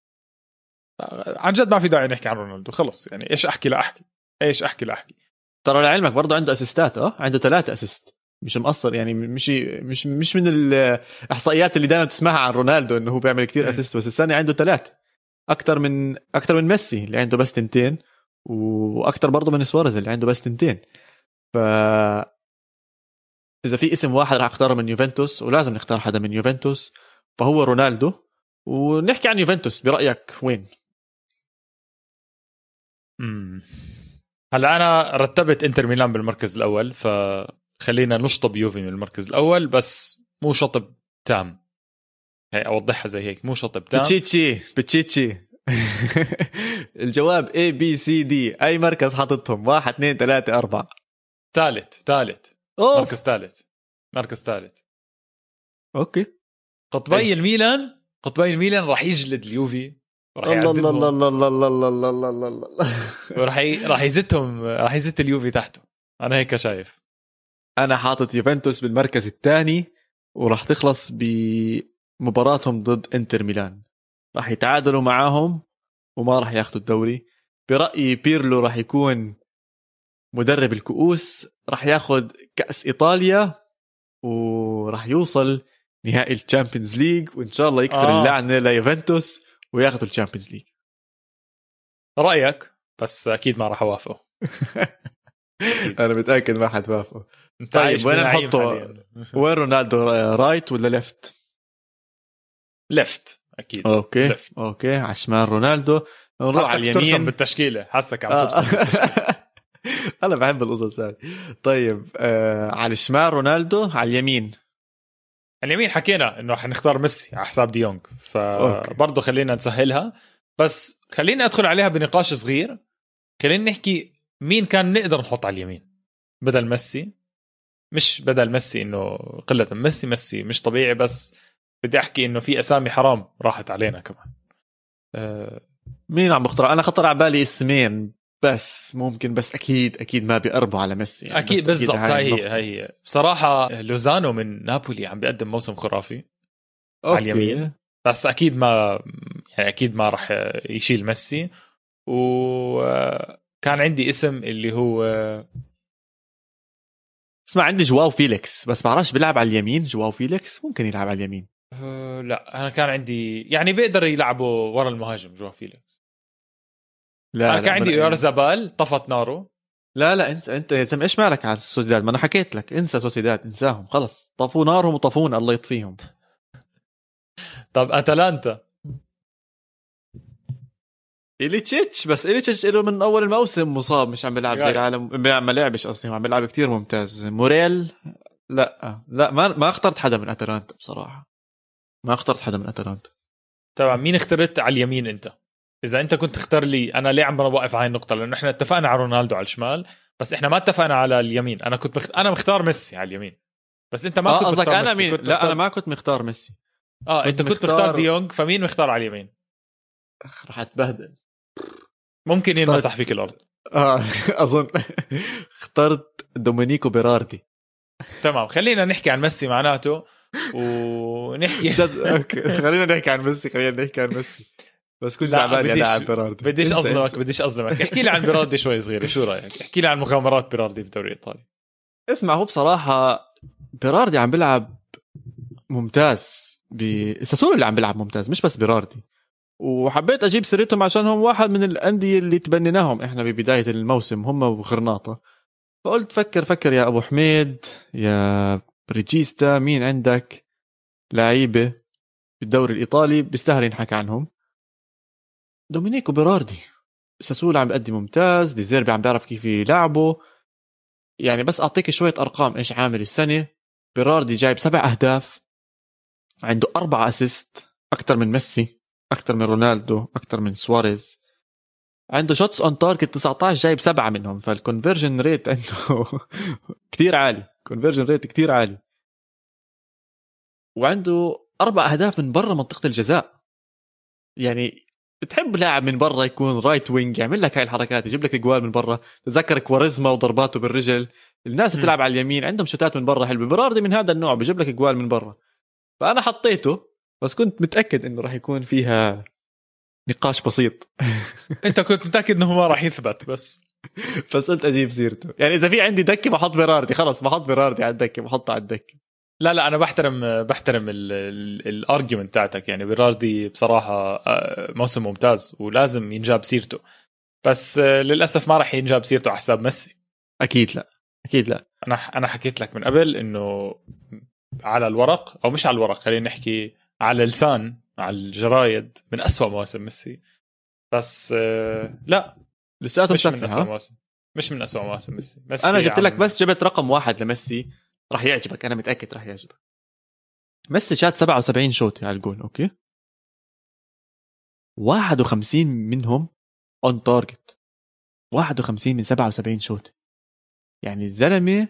عن جد ما في داعي نحكي عن رونالدو. خلص يعني ايش احكي لا احكي ايش احكي لا احكي. ترى لعلمك برضه عنده اسيستات، اه عنده ثلاثة اسيست، مش مقصر يعني. مش مش مش من الاحصائيات اللي دائما تسمعها عن رونالدو انه هو بيعمل كتير اسيست، بس السنه عنده ثلاثة، اكثر من اكثر من ميسي اللي عنده بس تنتين، واكثر برضه من سواريز اللي عنده بس تنتين. ف اذا في اسم واحد راح اختاره من يوفنتوس، ولازم نختار حدا من يوفنتوس، فهو رونالدو. ونحكي عن يوفنتوس، برايك وين؟ امم هلا انا رتبت انتر ميلان بالمركز الاول، فخلينا نشطب يوفي من المركز الاول، بس مو شطب تام. هي اوضحها زي هيك، مو شطب تام. بتشيتشي بتشيتشي الجواب A B C D. اي مركز حاططهم؟ واحد اثنين ثلاثة أربعة. ثالث ثالث مركز ثالث مركز ثالث. اوكي. قطبي أي. الميلان قطبي الميلان راح يجلد اليوفي، الله الله الله الله الله الله الله الله الله الله وراح ي... راح يزتهم راح يزت اليوفي تحته. انا هيك شايف. انا حاطط يوفنتوس بالمركز الثاني، وراح تخلص بمباراتهم ضد انتر ميلان. راح يتعادلوا معاهم وما راح ياخذوا الدوري. برأيي بيرلو راح يكون مدرب الكؤوس، راح ياخذ كأس إيطاليا، وراح يوصل نهائي الشامبيونز ليج، وإن شاء الله يكسر آه. اللعنة ليوفنتوس وياخذوا الشامبيونز ليج. رأيك؟ بس أكيد ما راح أوافقه. أنا متأكد ما حتوافقه. طيب وين نحطه؟ وين رونالدو، رايت ولا ليفت؟ ليفت أكيد. أوكي لفت. أوكي على الشمال رونالدو. نروح على اليمين ترسم اليمين بالتشكيله، حاسك عم آه. ترسم بالتشكيلة. انا بحب القصص هاي. طيب آه على الشمال رونالدو، على اليمين اليمين حكينا انه حنختار ميسي على حساب ديونج، فبرضه خلينا نسهلها. بس خلينا ادخل عليها بنقاش صغير. خلينا نحكي مين كان نقدر نحط على اليمين بدل ميسي. مش بدل ميسي انه قلة ميسي، ميسي مش طبيعي، بس بدي احكي انه في اسامي حرام راحت علينا كمان. أه مين عم بختار؟ انا خطر على بالي اسمين بس ممكن، بس اكيد اكيد ما بيقربوا على ميسي يعني. اكيد بالضبط. هاي هي هي بصراحه لوزانو من نابولي عم بيقدم موسم خرافي أوكي. على اليمين، بس اكيد ما يعني اكيد ما راح يشيل ميسي. وكان عندي اسم اللي هو اسمع، عندي جواو فيليكس، بس بعرفش بيلعب على اليمين. جواو فيليكس ممكن يلعب على اليمين. أه لا، انا كان عندي يعني بيقدر يلعبوا ورا المهاجم جوا فيليكس. لا انا كان عندي يارزابال طفت ناره. لا لا انسى انت يا زلمه، ايش مالك على السوسيداد؟ ما انا حكيت لك انسى سوسيداد، انساهم خلص، طفوا نارهم وطفونا الله يطفيهم. طب اتلانتا إليتشيتش، بس إليتشيتش له من اول الموسم مصاب، مش عم بيلعب زي العالم، ما لعبش قصدي، عم بيلعب كتير ممتاز. موريل لا لا ما ما اخترت حدا من اتلانتا بصراحه، ما اخترت حدا من اتلانتا. طبعا مين اخترت على اليمين انت؟ اذا انت كنت تختار لي انا، ليه عم بوقف على هاي النقطه؟ لانه احنا اتفقنا على رونالدو على الشمال، بس احنا ما اتفقنا على اليمين. انا كنت مخت... انا مختار ميسي على اليمين، بس انت ما آه كنت قصدك مختار انا ميسي. مين؟ كنت لا مختار... انا ما كنت مختار ميسي. اه انت كنت مختار, مختار ديونج، فمين مختار على اليمين؟ رح اتبهدل، ممكن ينمسح فيك الارض. اه اظن اخترت دومينيكو بيراردي. تمام، خلينا نحكي عن ميسي معناته ونحكي جد اوكي خلينا نحكي عن ميسي، خلينا نحكي عن ميسي، بس كنت عبالي لاعب بيراردي. بديش اظلمك بديش اظلمك احكي لي عن بيراردي شوي صغيره، شو رايك؟ احكي لي عن مغامرات بيراردي بالدوري الايطالي. اسمع، هو بصراحه بيراردي عم بيلعب ممتاز، بساسولو اللي عم بيلعب ممتاز، مش بس بيراردي. وحبيت اجيب سيرتهم عشان هم واحد من الانديه اللي تبنيناهم احنا ببدايه الموسم، هم وغرناطه. فقلت فكر فكر يا ابو حميد يا ريجيستا، مين عندك لعيبه بالدوري الايطالي بيستاهل ينحكى عنهم؟ دومينيكو بيراردي. ساسولو عم بيقدم ممتاز، دي زيربي عم بيعرف كيف يلعبه. يعني بس اعطيك شويه ارقام ايش عامل السنه. بيراردي جايب سبع اهداف، عنده أربعة اسيست، اكثر من ميسي، اكثر من رونالدو، اكثر من سواريز. عنده شوتس اون تارجت تسعة عشر، جايب سبعة منهم، فالكونفرجن ريت عنده كتير عالي، كونفرجن ريت كتير عالي. وعنده أربع أهداف من برا منطقة الجزاء. يعني بتحب لاعب من برا يكون رايت وينج يعمل لك هاي الحركات، يجيب لك اجوال من برا. تذكر كواريزما وضرباته بالرجل. الناس اللي بتلعب على اليمين عندهم شوتات من برا حلوه، بيراردي من هذا النوع، بيجيب لك اجوال من برا. فانا حطيته، بس كنت متاكد انه راح يكون فيها نقاش بسيط. انت كنت متاكد انه ما راح يثبت، بس بس قلت اجيب سيرته. يعني اذا في عندي دكه بحط بيراردي، خلص بحط بيراردي على الدكه، بحطه على الدكه. لا لا، انا بحترم بحترم الارجيومنت تاعتك. يعني بيراردي بصراحه موسم ممتاز ولازم ينجاب سيرته، بس للاسف ما راح ينجاب سيرته على حساب ميسي. اكيد لا، اكيد لا. انا انا حكيت لك من قبل انه على الورق، او مش على الورق، خلينا نحكي على اللسان، على الجرايد، من أسوأ مواسم ميسي. بس لا لساته مش من أسوأ مسفه. مواسم مش من أسوأ مواسم ميسي. ميسي انا جبت عم... لك بس جبت رقم واحد لميسي، راح يعجبك، انا متاكد راح يعجبك. ميسي شات سبعة وسبعين شوط على الجول، اوكي، واحد وخمسين منهم اون تارجت، واحد وخمسين من سبعة وسبعين شوط. يعني الزلمه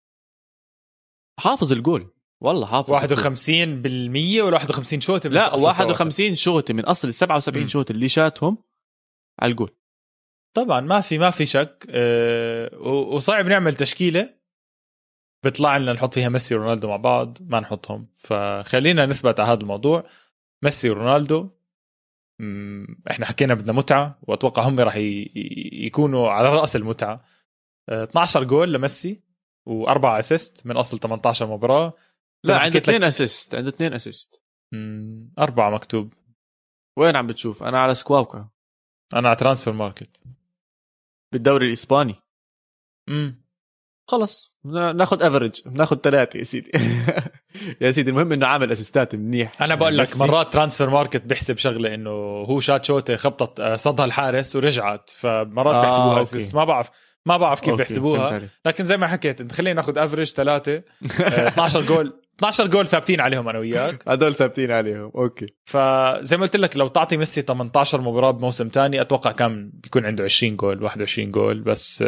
حافظ الجول، والله حافظ. واحد وخمسين بالمية ولا واحد وخمسين شوط؟ لا واحد وخمسين شوط من اصل السبعة وسبعين شوط اللي شاتهم على الجول. طبعا ما في ما في شك. أه وصعب نعمل تشكيله بيطلع لنا نحط فيها ميسي ورونالدو مع بعض، ما نحطهم. فخلينا نثبت على هذا الموضوع، ميسي ورونالدو. احنا حكينا بدنا متعه، واتوقع هم راح يكونوا على راس المتعه. أه اثنا عشر جول لميسي واربعة اسيست من اصل ثمانية عشر مباراه. لا عنده اثنين اسيست، عنده اثنين اسيست. أربعة مكتوب. وين عم بتشوف؟ انا على سكواوكا، انا على ترانسفير ماركت بالدوري الاسباني. امم خلص ناخد افريج، ناخد ثلاثة يا سيدي. يا سيدي المهم انه عامل اسيستات منيح. انا بقول لك مرات ترانسفير ماركت بيحسب شغله انه هو شات شوته خبطت صدها الحارس ورجعت، فمرات آه بيحسبوها اسيست. ما بعرف ما بعرف كيف بيحسبوها، لكن زي ما حكيت انت خلينا ناخد افريج ثلاثة. اثناشر جول اثناشر جول ثابتين عليهم انا وياك. هذول ثابتين عليهم اوكي. فزي ما قلت لك لو تعطي ميسي ثمانية عشر مباراه بموسم تاني اتوقع كان بيكون عنده عشرين جول واحد وعشرين جول بس.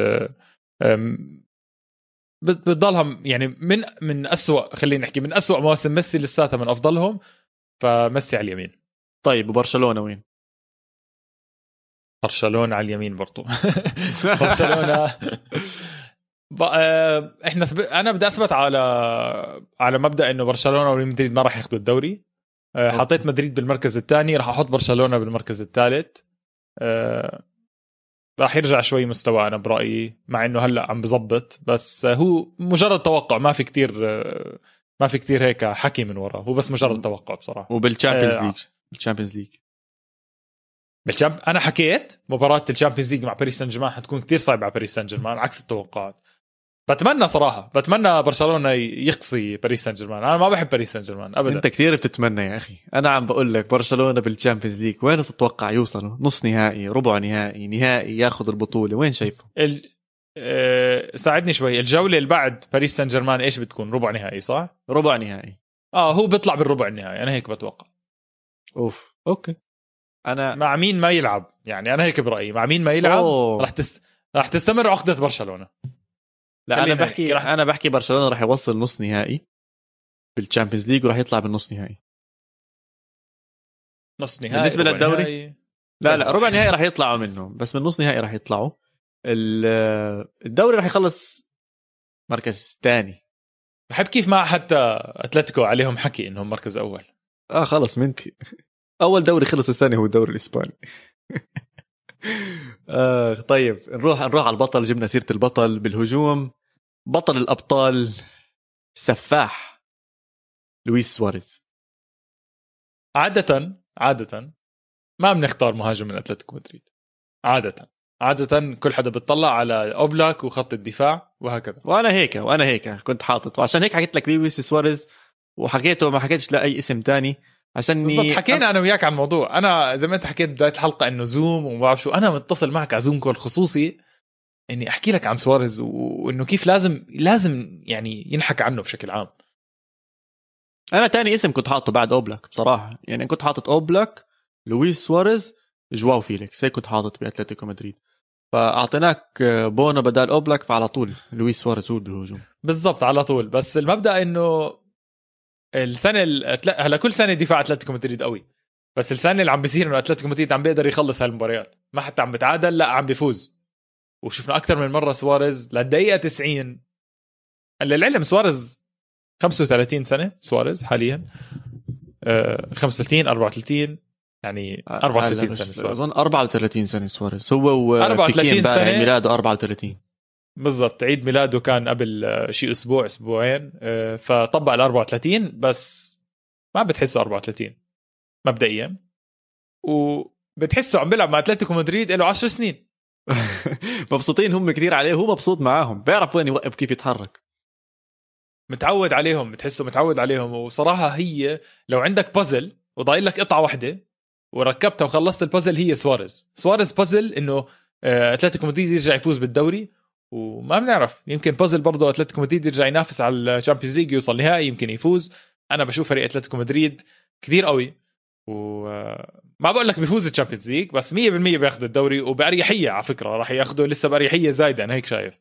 بتضلها يعني من من أسوأ، خلينا نحكي من أسوأ مواسم ميسي لساتها من افضلهم، فميسي على اليمين. طيب وبرشلونه وين؟ برشلونه على اليمين برضو. برشلونه ب... احنا ثب... انا بدي اثبت على على مبدا انه برشلونه وريال مدريد ما راح ياخذوا الدوري. حطيت مدريد بالمركز الثاني، راح احط برشلونه بالمركز الثالث. أه... راح يرجع شوي مستوى انا برايي، مع انه هلا عم بزبط، بس هو مجرد توقع، ما في كتير ما في كتير هيك حكي من وراه، هو بس مجرد توقع بصراحه. وبالتشامبيونز ليج بالتشامبيونز ليج بالشامب انا حكيت مباراه الشامبيونز ليج مع باريس سان جيرمان حتكون كتير صعبه على باريس سان جيرمان عكس التوقعات. بتمنى صراحه بتمنى برشلونه يقصي باريس سان جيرمان، انا ما بحب باريس سان جيرمان ابدا. انت كثير بتتمنى يا اخي، انا عم بقول لك برشلونه بالتشامبيونز ليج وين بتتوقع يوصلوا؟ نص نهائي، ربع نهائي، نهائي، ياخذ البطوله؟ وين شايفه؟ ال... أه... ساعدني شوي، الجوله اللي بعد باريس سان جيرمان ايش بتكون؟ ربع نهائي صح؟ ربع نهائي. اه هو بيطلع بالربع النهائي، انا هيك بتوقع. اوف اوكي. انا مع مين ما يلعب يعني، انا هيك برايي مع مين ما يلعب راح تس... راح تستمر عقده برشلونه. لا انا بحكي رح... انا بحكي برشلونه راح يوصل نص نهائي بالتشامبيونز ليج وراح يطلع بالنص نهائي. نص نهائي بالنسبه للدوري نهائي. لا لا ربع نهائي راح يطلعوا منه، بس من نص نهائي راح يطلعوا. الدوري راح يخلص مركز ثاني. بحب كيف ما حتى اتلتيكو عليهم حكي انهم مركز اول. اه خلص منتي. اول دوري خلص السنه هو الدوري الاسباني. آه طيب نروح نروح على البطل. جبنا سيره البطل بالهجوم، بطل الابطال سفاح لويس سواريز. عاده عاده ما بنختار مهاجم من اتلتيكو مدريد، عاده عاده كل حدا بتطلع على اوبلاك وخط الدفاع وهكذا. وانا هيك وانا هيك كنت حاطط، وعشان هيك حكيت لك لويس سواريز وحكيته ما حكيتش لاي اسم تاني عشان بالضبط. حكينا انا وياك عن الموضوع، انا زي ما انت حكيت بدايه الحلقه انه زوم وما بعرف شو، انا متصل معك على زوم كول خصوصي اني احكي لك عن سواريز وانه كيف لازم لازم يعني ينحكى عنه بشكل عام. انا تاني اسم كنت حاطه بعد اوبلاك بصراحه، يعني كنت حاطط اوبلاك، لويس سواريز، جواو فيليكس، هيك كنت حاطط باتلتيكو مدريد. فاعطيناك بونو بدال اوبلاك، فعلى طول لويس سواريز هو بالهجوم بالضبط على طول. بس المبدا انه السنه هلا كل سنه دفاع اتلتيكو مدريد قوي، بس السنه اللي عم بيصير انه اتلتيكو مدريد عم بيقدر يخلص هالمباريات، ما حتى عم بتعادل، لا عم بيفوز. وشفنا اكثر من مره سواريز للدقيقه تسعين. للعلم سواريز خمسة وثلاثين سنه، سواريز حاليا أه خمسة وثلاثين أربعة وثلاثين يعني أربعة وثلاثين سنه سواريز. اظن أربعة وثلاثين سنه سواريز هو وبيكين بقى ميلاده أربعة وثلاثين بالضبط. عيد ميلاده كان قبل شيء اسبوع اسبوعين، فطبق ال أربعة وثلاثين بس ما بتحسه أربعة وثلاثين مبدئيا، وبتحسه عم بيلعب مع اتلتيكو مدريد له عشر سنين. مبسوطين هم كتير عليه، هو مبسوط معاهم، بيعرف وين يوقف كيف يتحرك، متعود عليهم، بتحسه متعود عليهم. وصراحة هي لو عندك بازل وضايل لك قطعة واحدة وركبتها وخلصت البازل، هي سواريز. سواريز بازل انه اتلتيكو مدريد يرجع يفوز بالدوري، وما بنعرف يمكن بازل برضه اتلتيكو مدريد يرجع ينافس على الشامبيونز ليج، يوصل نهائي، يمكن يفوز. انا بشوف فريق اتلتيكو مدريد كتير قوي، وما بقول لك بيفوز الشامبيونز ليج، بس مية بالمية بياخذ الدوري وبأريحية. على فكرة راح ياخذه لسه بأريحية زايدة، انا هيك شايف.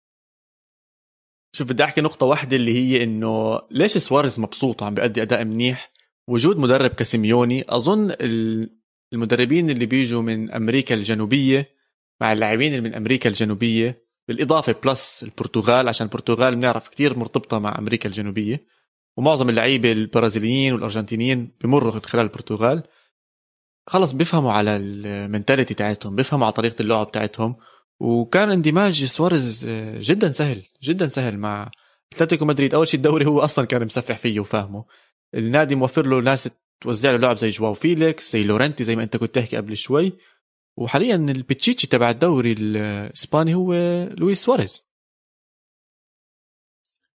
شوف بدي احكي نقطة واحدة اللي هي انه ليش سواريز مبسوط وعم بيأدي اداء منيح. وجود مدرب كسيميوني، اظن المدربين اللي بيجوا من امريكا الجنوبية مع اللاعبين اللي من امريكا الجنوبية، بالاضافة بلس البرتغال، عشان البرتغال بنعرف كتير مرتبطة مع امريكا الجنوبية، ومعظم اللعيبة البرازيليين والارجنتينيين بمروا من خلال البرتغال، خلص بيفهموا على المنتاليتي تاعتهم، بيفهموا على طريقة اللعب تاعتهم. وكان اندماج سواريز جدا سهل جدا سهل مع اتلتيكو مدريد. اول شيء الدوري هو اصلا كان مسفح فيه وفاهمه، النادي موفر له ناس توزع له لعب زي جواو فيليكس، زي لورنتي، زي ما انت كنت تحكي قبل شوي. وحاليا البيتشيتشي تبع الدوري الاسباني هو لويس سواريز.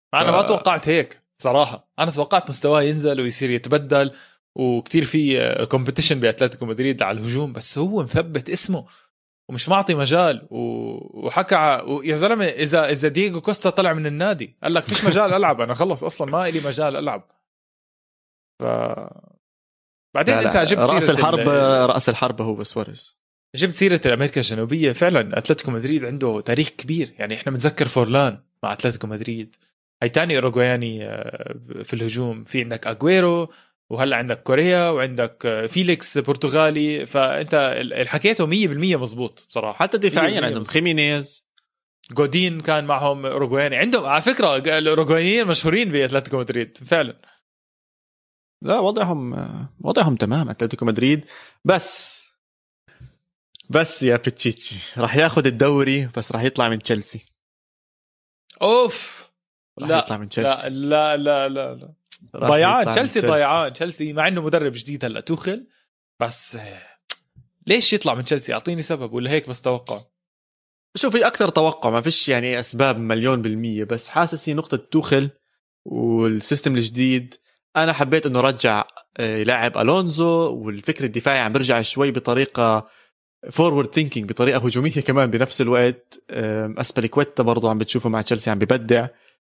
انا ما توقعت هيك صراحه. انا توقعت مستواه ينزل ويصير يتبدل، وكتير في كومبيتيشن باتلتيكو مدريد على الهجوم، بس هو مثبت اسمه ومش معطي مجال. وحكى يا زلمه اذا اذا دييغو كوستا طلع من النادي قال لك فيش مجال العب، انا خلص اصلا ما لي مجال العب. ف بعدين لا لا. انت جبت راس الحرب ال... راس الحرب هو سواريز. جبت سيره الامريكا الجنوبيه. فعلا اتلتيكو مدريد عنده تاريخ كبير، يعني احنا بنتذكر فورلان مع اتلتيكو مدريد، هاي تاني اوروغواني في الهجوم. في عندك اغويرو، وهلا عندك كوريا، وعندك فيليكس برتغالي. فانت الحكيته مية بالمية مزبوط بصراحه. حتى دفاعيا عندهم خيمينيز، جودين كان معهم اوروغواني. عندهم على فكره الاوروغوانيين مشهورين باتلتيكو مدريد فعلا. لا وضعهم وضعهم تمام اتلتيكو مدريد. بس بس يا بيتشيتشي راح ياخد الدوري، بس راح يطلع من تشيلسي. اوف راح لا يطلع من تشيلسي. لا لا لا لا ضيعان تشيلسي، ضيعان تشيلسي مع انه مدرب جديد هلا توخل. بس ليش يطلع من تشيلسي؟ اعطيني سبب، ولا هيك بس توقع؟ شوف في اكثر توقع، ما فيش يعني اسباب مليون بالمية، بس حاسس هي نقطة توخل والسيستم الجديد. انا حبيت انه رجع يلعب الونزو، والفكر الدفاعي عم برجع شوي بطريقة فورورد ثينكينج، بطريقة هجومية كمان بنفس الوقت. اسباليكويتا برضو عم بتشوفه مع تشيلسي عم ببدع.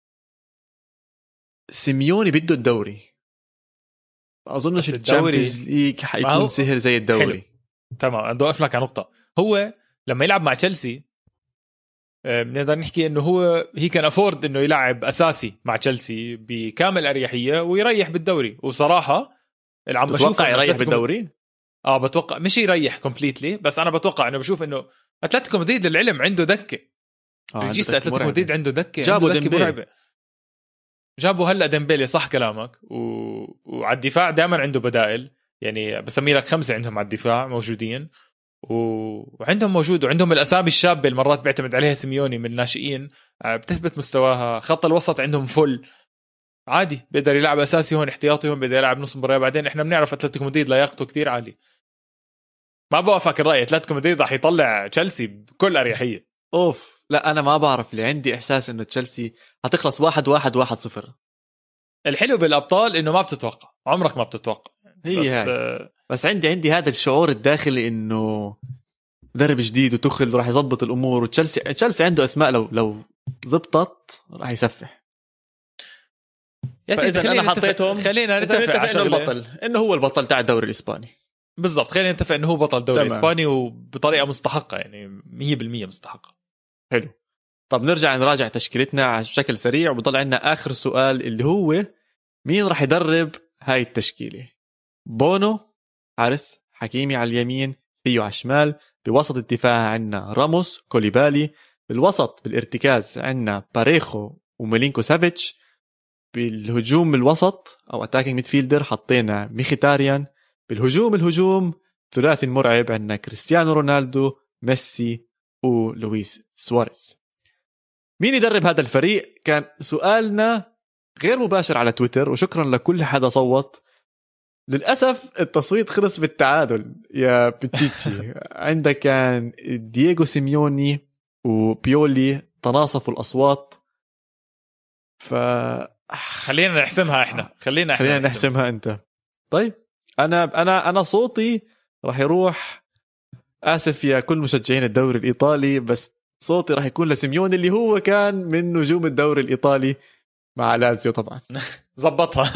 سيميوني بده الدوري، اظنش الشامبيونز ليج حيكون سهل زي الدوري. حلو. تمام، بدي اوقف لك على نقطه. هو لما يلعب مع تشيلسي بنقدر نحكي انه هو هي كان افورد انه يلعب اساسي مع تشيلسي بكامل اريحيه ويريح بالدوري. وصراحه اللي عم بشوفه يريح بالدوري. اه بتوقع مش يريح كومبليتلي، بس انا بتوقع انه بشوف انه اتلتيكو مدريد للعلم عنده دكه. اه ريجيستا اتلتيكو مدريد عنده دكه، جابوا ديمبيلي، جابوا هلا ديمبيلي صح كلامك. و... وعلى الدفاع دائما عنده بدائل، يعني بسمي لك خمسه عندهم على الدفاع موجودين. و... وعندهم موجود، وعندهم الاسامي الشابه المرات بيعتمد عليها سيميوني من الناشئين بتثبت مستواها. خط الوسط عندهم فل عادي، بيقدر يلعب اساسي هون، احتياطي هون، بيقدر يلعب نص مباراه. بعدين احنا بنعرف اتلتيكو مدريد لياقته كتير عالي. ما بوافق الراي، اتلتيكو مدريد راح يطلع تشيلسي بكل اريحيه. اوف لا انا ما بعرف، اللي عندي احساس انه تشيلسي هتخلص واحد واحد واحد صفر. الحلو بالابطال انه ما بتتوقع، عمرك ما بتتوقع. هي بس هاي. بس عندي عندي هذا الشعور الداخلي انه مدرب جديد وتخل راح يضبط الامور، وتشيلسي تشيلسي عنده اسماء لو لو زبطت راح يسفح. يا سيدي انا حطيتهم، خلينا نتفق على انه البطل انه هو البطل تاع الدوري الاسباني. بالضبط، خلينا نتفق انه هو بطل الدوري الاسباني وبطريقه مستحقه، يعني مية بالمية مستحقه. حلو. طب نرجع نراجع تشكيلتنا بشكل سريع، وبضل عندنا اخر سؤال اللي هو مين راح يدرب هاي التشكيله؟ بونو حارس، حكيمي على اليمين، ثيو على الشمال. بوسط الدفاع عندنا راموس، كوليبالي. بالوسط بالارتكاز عندنا باريخو وميلينكو سافيتش. بالهجوم الوسط او اتاكينج ميدفيلدر حطينا ميخيتاريان. بالهجوم الهجوم ثلاثي المرعب عندنا كريستيانو رونالدو، ميسي ولويس سواريز. مين يدرب هذا الفريق؟ كان سؤالنا غير مباشر على تويتر، وشكرا لكل حدا صوت. للأسف التصويت خلص بالتعادل يا بيتشيتشي. عندك كان دييغو سيميوني وبيولي تناصفوا الأصوات. ف خلينا نحسمها احنا خلينا احنا خلينا نحسمها انت. طيب انا انا انا صوتي راح يروح، اسف يا كل مشجعين الدوري الايطالي، بس صوتي راح يكون لسيميوني اللي هو كان من نجوم الدوري الايطالي مع لازيو طبعا. زبطها.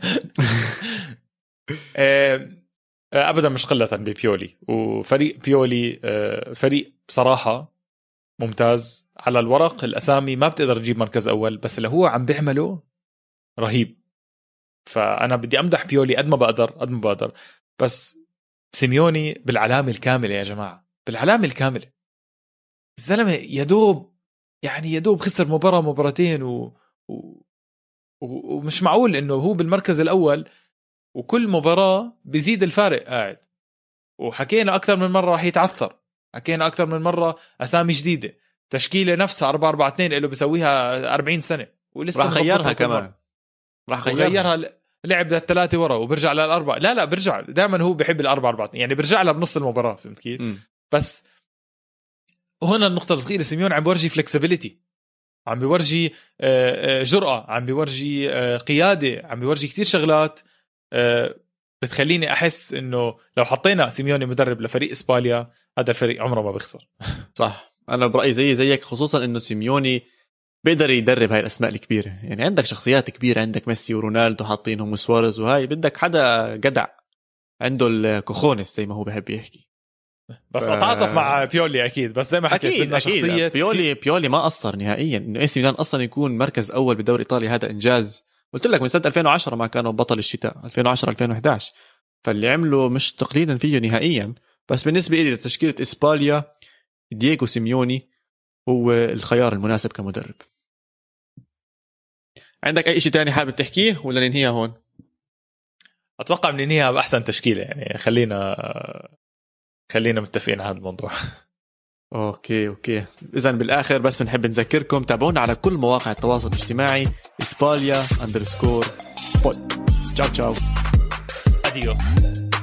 ابدا مش قله ببيولي، وفريق بيولي فريق بصراحه ممتاز على الورق. الاسامي ما بتقدر تجيب مركز اول، بس اللي هو عم بيعمله رهيب. فانا بدي امدح بيولي قد ما بقدر قد ما بقدر. بس سيميوني بالعلامه الكامله يا جماعه، بالعلامه الكامله. الزلمه يدوب يعني يدوب خسر مباراه مباراتين و... و... ومش معقول انه هو بالمركز الاول وكل مباراه بيزيد الفارق قاعد. وحكينا اكثر من مره راح يتعثر، حكينا اكثر من مره اسامي جديده، تشكيله نفسها أربعة أربعة اثنين اللي بيسويها أربعين سنه ولسه راح غيرها كمان، راح غيرها لعب للثلاثه ورا وبرجع للاربعه. لا لا برجع دائما، هو بيحب الأربعة أربعة يعني برجع لها بنص المباراه، فهمت كيف؟ بس هنا النقطه الصغيره، سيميون عم بورجي فلكسبيليتي. عم بيورجي جرأة، عم بيورجي قيادة، عم بيورجي كتير شغلات بتخليني أحس إنه لو حطينا سيميوني مدرب لفريق إسبانيا هذا الفريق عمره ما بيخسر. صح، أنا برأيي زي زيك، خصوصا إنه سيميوني بيقدر يدرب هاي الأسماء الكبيرة. يعني عندك شخصيات كبيرة، عندك ميسي ورونالدو حاطينهم وسواريز وهاي، بدك حدا جدع عنده الكوخونس زي ما هو بحب يحكي. بس ف... اتعاطف مع بيولي اكيد، بس زي ما حكيت بدنا شخصيه بيولي. بيولي ما قصر نهائيا انه اي سي ميلان اصلا يكون مركز اول بالدوري الايطالي، هذا انجاز. قلت لك من سنه ألفين وعشرة ما كانوا بطل الشتاء، ألفين وعشرة ألفين وإحدى عشر، فاللي عمله مش تقليلا فيه نهائيا. بس بالنسبه لي لتشكيله اسبانيا دييغو سيميوني هو الخيار المناسب كمدرب. عندك اي شيء تاني حابب تحكيه ولا ننهيها هون؟ اتوقع ننهيها باحسن تشكيله، يعني خلينا خلينا متفقين على هذا الموضوع. اوكي اوكي اذا بالاخر بس بنحب نذكركم تابعونا على كل مواقع التواصل الاجتماعي اسباليا اندرسكور بود. تشاو تشاو، اديوس.